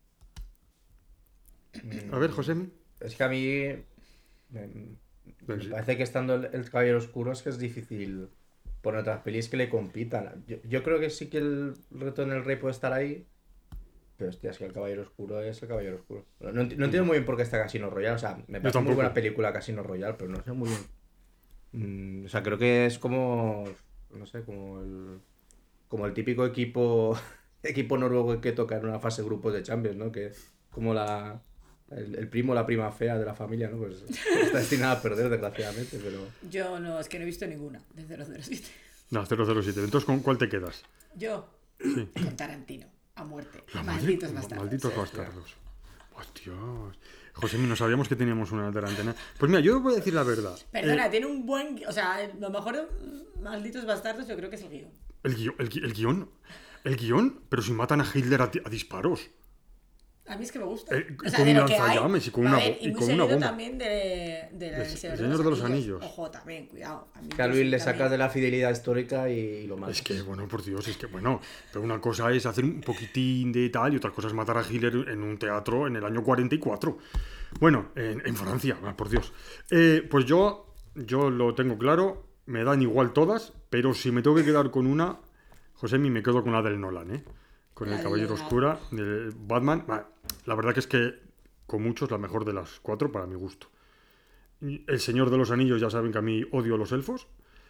A ver, Josemi. Es que a mí me, me Sí. parece que estando el, el Caballero Oscuro es que es difícil poner otras pelis que le compitan. Yo, yo creo que sí que el Reto en el Rey puede estar ahí, pero hostia, es que el Caballero Oscuro es el Caballero Oscuro. No, no enti- no entiendo muy bien por qué está Casino Royale, o sea, me parece muy tampoco. buena película Casino Royale, pero no sé muy bien. Mm, o sea, creo que es como, no sé, como el, como el típico equipo, equipo noruego que toca en una fase de grupos de Champions, ¿no? Que es como la... El, el primo o la prima fea de la familia, ¿no? Pues está destinada a perder, desgraciadamente, pero... Yo no, es que no he visto ninguna de cero cero siete. No, cero cero siete. Entonces, ¿con cuál te quedas? Yo, Sí. con Tarantino, a muerte. La Malditos madre- bastardos. Malditos bastardos. Hostia. José, no sabíamos que teníamos una Tarantino. Pues mira, yo voy a decir la verdad. Perdona, Eh, tiene un buen... gui- O sea, lo mejor de Malditos bastardos yo creo que es el guión. el, guión, el, gui- el guión. El guión, pero si matan a Hitler a, ti- a disparos. A mí es que me gusta. Eh, O sea, con de un lo que hay, lanzallames y con a una ver, bo- y y muy con una seguido bomba. también de, de la De- del Señor, Señor de los Anillos. Ojo, también, cuidado. A mí Que a Luis sí, le también. sacas de la fidelidad histórica y, y lo matas. Es que, bueno, por Dios, es que, bueno, pero una cosa es hacer un poquitín de tal y otra cosa es matar a Hitler en un teatro en el año cuarenta y cuatro. Bueno, en, en Francia, ah, por Dios. Eh, pues yo, yo lo tengo claro, me dan igual todas, pero si me tengo que quedar con una, Josemi, me quedo con la del Nolan, ¿eh? Con La el del Caballero Nolan. Oscura, de Batman. Bah, la verdad que es que con muchos la mejor de las cuatro para mi gusto. Y El Señor de los Anillos, ya saben que a mí odio a los elfos.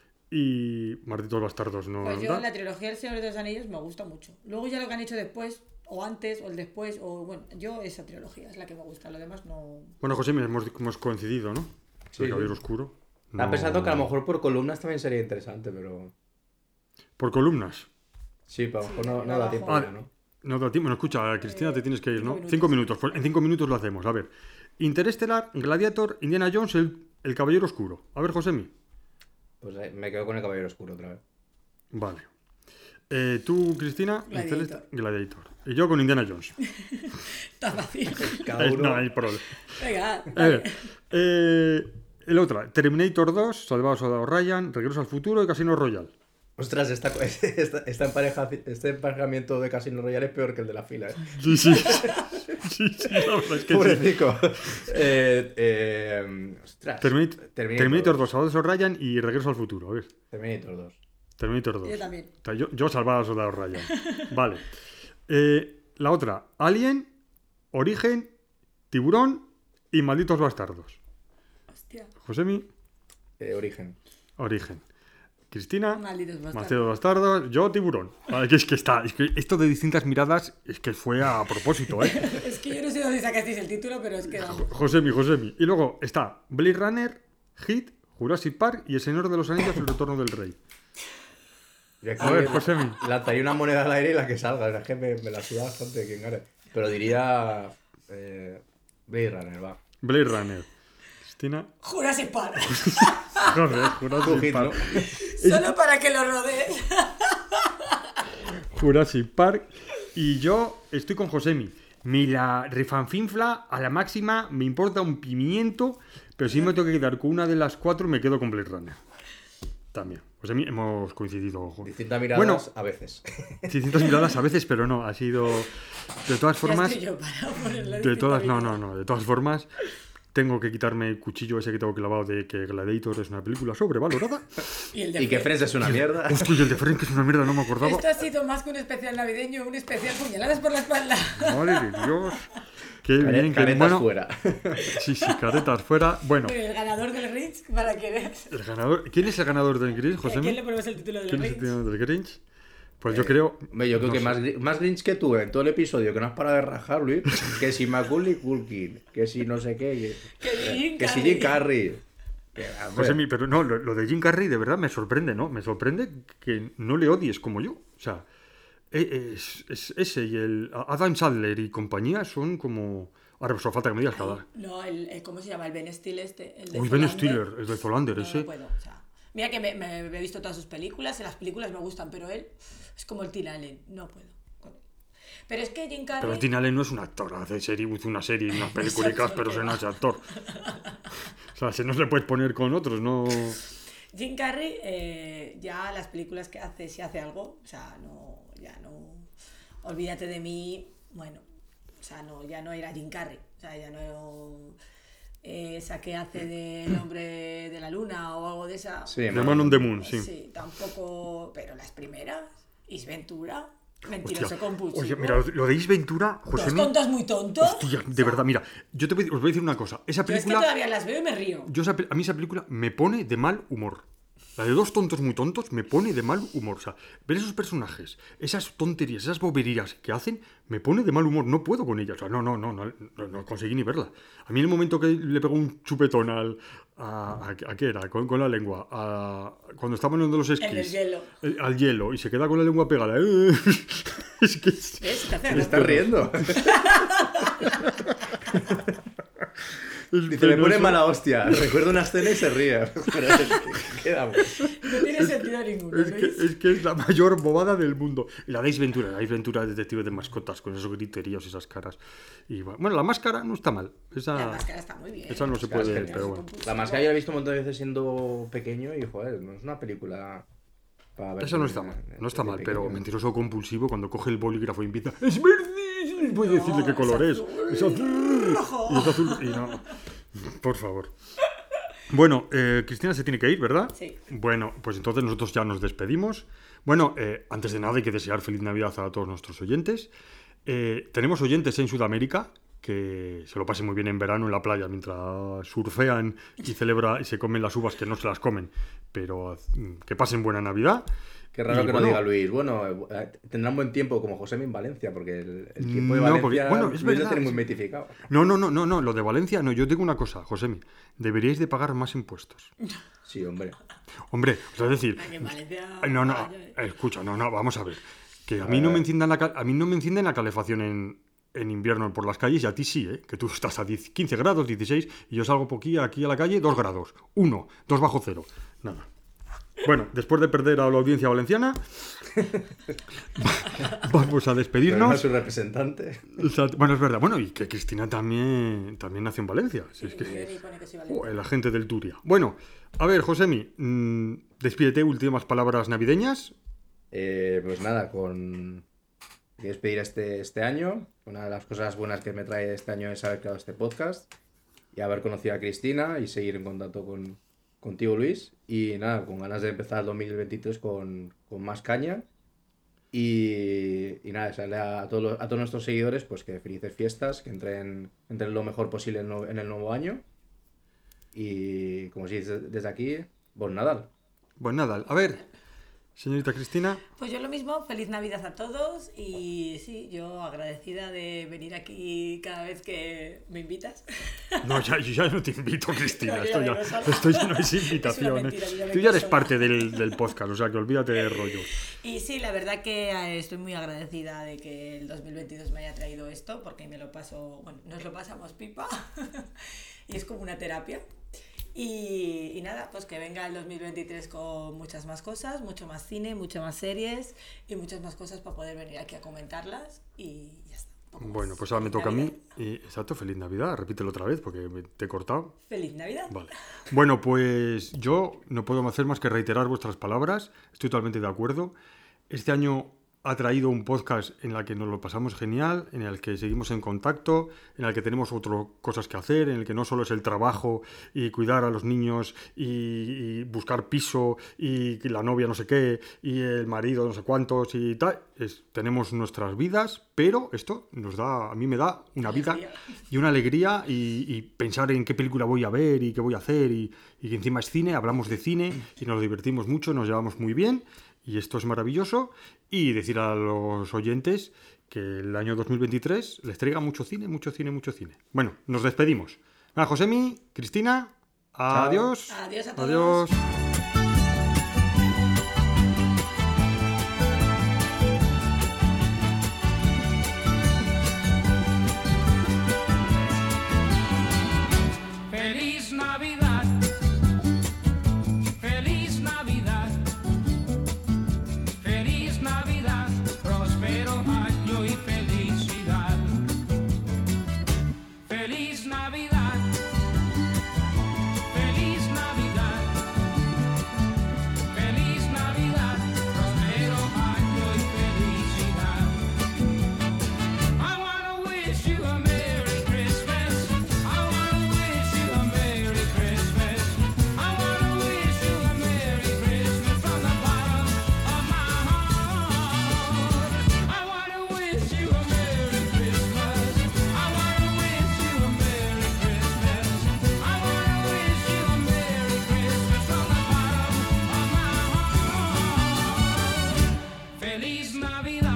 Y Malditos Bastardos no. Pues yo, tal. la trilogía del Señor de los Anillos me gusta mucho. Luego ya lo que han hecho después, o antes, o el después, o bueno, yo esa trilogía es la que me gusta. Lo demás no... Bueno, José, hemos, hemos coincidido, ¿no? Sí, el Caballero sí. Oscuro. Estaba No- pensando que a lo mejor por columnas también sería interesante, pero... Por columnas. Sí, pero a lo mejor Sí, no, pero no da abajo. tiempo Ah, ya, ¿no? No da tiempo. Bueno, escucha, Cristina, te tienes que ir, cinco ¿no? minutos. Cinco minutos. Pues en cinco minutos lo hacemos. A ver. Interestelar, Gladiator, Indiana Jones, el, el Caballero Oscuro. A ver, Josemi. Pues eh, me quedo con el Caballero Oscuro otra vez. Vale. Eh, tú, Cristina, Gladiator. Interest- Gladiator. Y yo con Indiana Jones. Está fácil. Cada Eh, uno... no hay problema. Venga, A ver, eh, el otro, Terminator dos, Salvado Soldado Ryan, Regreso al Futuro y Casino Royale. Ostras, esta, esta, esta empareja, este emparejamiento de Casino Royale es peor que el de la fila, ¿eh? Sí, sí. Sí, sí, la verdad es que sí. Pobrecico. eh, eh, ostras. Terminator, Terminator, Terminator dos, Salvado Soldado Ryan y Regreso al Futuro. A ver, Terminator dos. Terminator dos. yo también. O sea, Yo, yo Salvado Soldado Ryan. Vale. Eh, la otra, Alien, Origen, Tiburón y Malditos Bastardos. Hostia. Josemi, Eh, Origen. Origen. Cristina, Malditos bastardos. Malditos Bastardos, yo Tiburón. Vale, que es que está, es que esto de distintas miradas es que fue a propósito, ¿eh? Es que yo no sé dónde sacasteis el título, pero es que vamos. Josemi, Josemi. Y luego está Blade Runner, Hit, Jurassic Park y El Señor de los Anillos, El Retorno del Rey. Y aquí A ver, Josemi. lanzaría una moneda al aire y la que salga. Es que me, me la suda bastante quién gane. Pero diría... Eh, Blade Runner, va. Blade Runner. Cristina. Jurassic Park. Joder, Jurassic Cogido, Park. ¿no? Solo para que lo rodees. Jurassic Park. Y yo estoy con Josemi. Me la refanfinfla a la máxima, me importa un pimiento, pero si me tengo que quedar con una de las cuatro, me quedo con Blade Runner. También. Josemi, hemos coincidido. jo- Distintas miradas Bueno. a veces. Distintas miradas a veces, pero no, ha sido. De todas Ya formas. estoy yo para ponerle De todas, distinta no, vida. no, no. De todas formas, tengo que quitarme el cuchillo ese que tengo clavado de que Gladiator es una película sobrevalorada. Y, el de Y que Friends. Friends es una mierda. Hostia, y el de Friends, que es una mierda, no me acordaba. Esto ha sido más que un especial navideño, un especial puñaladas por la espalda. Madre de Dios. Qué Care- bien, qué caretas bueno. fuera. Sí, sí, caretas fuera. Bueno, Bueno, el ganador del Grinch, ¿para quién es? el ganador. ¿Quién es el ganador del Grinch, ¿A José? quién le ponemos el título del ¿Quién es el Grinch? ganador del Grinch? Pues yo creo. Hombre, yo creo no que sé. más, gri- más Grinch que tú en todo el episodio, que no has parado de rajar, Luis. Que si Macaulay Culkin, que si no sé qué. Que, Que si Jim que si Carrey. Jim Carrey. Que, hombre, Josemi, pero no, lo, lo de Jim Carrey de verdad me sorprende, ¿no? Me sorprende que no le odies como yo. O sea, e- es, es- ese y el Adam Sandler y compañía son como. Ahora, solo falta que me digas cada. No, el, el- ¿cómo se llama? El Ben Stiller este. El de Uy, Ben Zoolander. Stiller, el de Zoolander, No, ese. no puedo, o sea, mira que me, me- me he visto todas sus películas, y las películas me gustan, pero él es como el Tim Allen, no puedo. con él. Pero es que Jim Carrey... Pero Tim Allen no es un actor, hace serie, hizo una serie y unas películas, pero ese no es actor. O sea, si no se le puedes poner con otros, no. Jim Carrey, eh, ya las películas que hace, si hace algo, o sea, no, ya no, olvídate de mí, bueno, o sea, no, ya no era Jim Carrey, o sea, ya no, eh, esa que hace del hombre de la luna o algo de esa, Sí, The man. Man on the Moon, sí. sí, tampoco, pero las primeras, Is Ventura, Mentiroso Hostia, con Puchico. oye, mira, lo de Ace Ventura, Dos José. tontos muy tontos. Hostia, de verdad, mira, yo te voy, os voy a decir una cosa. Esa Yo es que película, todavía las veo y me río. yo esa pe- a mí esa película me pone de mal humor. La de Dos tontos muy tontos me pone de mal humor. O sea, ver esos personajes, esas tonterías, esas boberías que hacen, me pone de mal humor. No puedo con ellas. O sea, no, no, no, no, no, no conseguí ni verla. A mí en el momento que le pegó un chupetón al, a, a, ¿a qué era? Con, con la lengua. A, cuando está poniendo los esquís. En el hielo. eh, Al hielo y se queda con la lengua pegada. Es que... ¿Ves? Te hace ¿Te algo. estás riendo? es Dice, me pone penoso. mala hostia. Recuerdo una escena y se ríe. Pero es que quedamos. No tiene sentido ninguno, Es que, ¿veis? es que es la mayor bobada del mundo. Y la de Ace Ventura, la Ace Ventura detective de mascotas, con esos griteríos y esas caras. Y bueno, bueno, la máscara no está mal. Esa, La máscara está muy bien. esa no se Claro, puede, es que pero bueno. La máscara yo la he visto un montón de veces siendo pequeño y, joder, no es una película para ver. Esa no está en- mal, en- no está de mal, pequeño. pero mentiroso compulsivo cuando coge el bolígrafo y empieza ¡es verde! Puede decirle qué color es. Es azul. rojo. Y es azul. Y no. Por favor. Bueno, eh, Cristina se tiene que ir, ¿verdad? Sí. Bueno, pues entonces nosotros ya nos despedimos. Bueno, eh, antes de nada hay que desear feliz Navidad a todos nuestros oyentes. Eh, tenemos oyentes en Sudamérica que se lo pasen muy bien en verano en la playa mientras surfean y celebra y se comen las uvas que no se las comen, pero mm, que pasen buena Navidad. Qué raro Y que bueno, no diga Luis. Bueno, eh, tendrán buen tiempo como José en Valencia, porque el, el tiempo de No, Valencia porque- bueno, es Luis lo verdad, tiene muy sí. mitificado. No, no, no, no, no, lo de Valencia, no, yo digo una cosa, Josemi, deberíais de pagar más impuestos. Sí, hombre. Hombre, o sea, es decir, Aquí en Valencia- Ay, no, no, Ay, ay. eh, escucha, no, no, vamos a ver, que a mí no me enciendan la, ca- a mí no me encienden la calefacción en, en invierno por las calles y a ti sí, ¿eh? Que tú estás a diez, quince grados, dieciséis y yo salgo aquí, aquí a la calle dos grados, uno, dos bajo cero, nada. Bueno, después de perder a la audiencia valenciana, vamos a Pero no despedirnos. es su representante. Exacto. Bueno, es verdad. Bueno, y que Cristina también, también nació en Valencia. Si es que... Ni pone que soy valiente. Joder, la gente del Turia. Bueno, a ver, Josemi, mmm, despídete, últimas palabras navideñas. Eh, pues nada, con... Quiero despedir este, este año. Una de las cosas buenas que me trae este año es haber creado este podcast y haber conocido a Cristina y seguir en contacto con, contigo, Luis. Y nada, con ganas de empezar el dos mil veintitrés con, con más caña. Y, y nada, desearle a todos, los- a todos nuestros seguidores pues que felices fiestas, que entren, entren lo mejor posible en, no- en el nuevo año. Y como si desde, desde aquí, Bon Nadal. Buen Nadal. A ver, señorita Cristina. Pues yo lo mismo, feliz Navidad a todos y sí, yo agradecida de venir aquí cada vez que me invitas. No, ya, yo ya no te invito, Cristina. No, yo esto, ya ya, vengo sola. esto ya no es Es una invitación. mentira, ¿eh? yo ya Tú vengo ya eres sola. parte del, del podcast, o sea que olvídate de rollo. Y sí, la verdad que eh, estoy muy agradecida de que el dos mil veintidós me haya traído esto porque me lo paso, bueno, nos lo pasamos pipa y es como una terapia. Y, y nada, pues que venga el dos mil veintitrés con muchas más cosas, mucho más cine, muchas más series y muchas más cosas para poder venir aquí a comentarlas y ya está. Poco más. Bueno, pues ahora me Feliz toca a mí. Navidad. Y, exacto, feliz Navidad. Repítelo otra vez porque me- te he cortado. Feliz Navidad. Vale. Bueno, pues yo no puedo hacer más que reiterar vuestras palabras. Estoy totalmente de acuerdo. Este año ha traído un podcast en el que nos lo pasamos genial, en el que seguimos en contacto, en el que tenemos otras cosas que hacer, en el que no solo es el trabajo y cuidar a los niños y, y buscar piso y que la novia no sé qué y el marido no sé cuántos y tal. Es, tenemos nuestras vidas, pero esto nos da, a mí me da una vida Alegría. y una alegría y, y pensar en qué película voy a ver y qué voy a hacer y, y que encima es cine, hablamos de cine y nos divertimos mucho, nos llevamos muy bien y esto es maravilloso y decir a los oyentes que el año dos mil veintitrés les traiga mucho cine, mucho cine, mucho cine. Bueno, nos despedimos. Nada, Josemi, Cristina, adiós. Adiós a todos. Adiós. Feliz Navidad, feliz Navidad, feliz Navidad, próspero año y felicidad. Feliz Navidad, feliz Navidad, feliz Navidad, próspero año y felicidad. I wanna wish you a Merry Christmas. I wanna wish you a Merry Christmas. I wanna wish you a Merry Christmas from the bottom of my heart. I wanna wish you a Merry Christmas. I wanna wish you a Merry Christmas. I wanna wish you a Merry Christmas from the bottom of my heart. Feliz Navidad.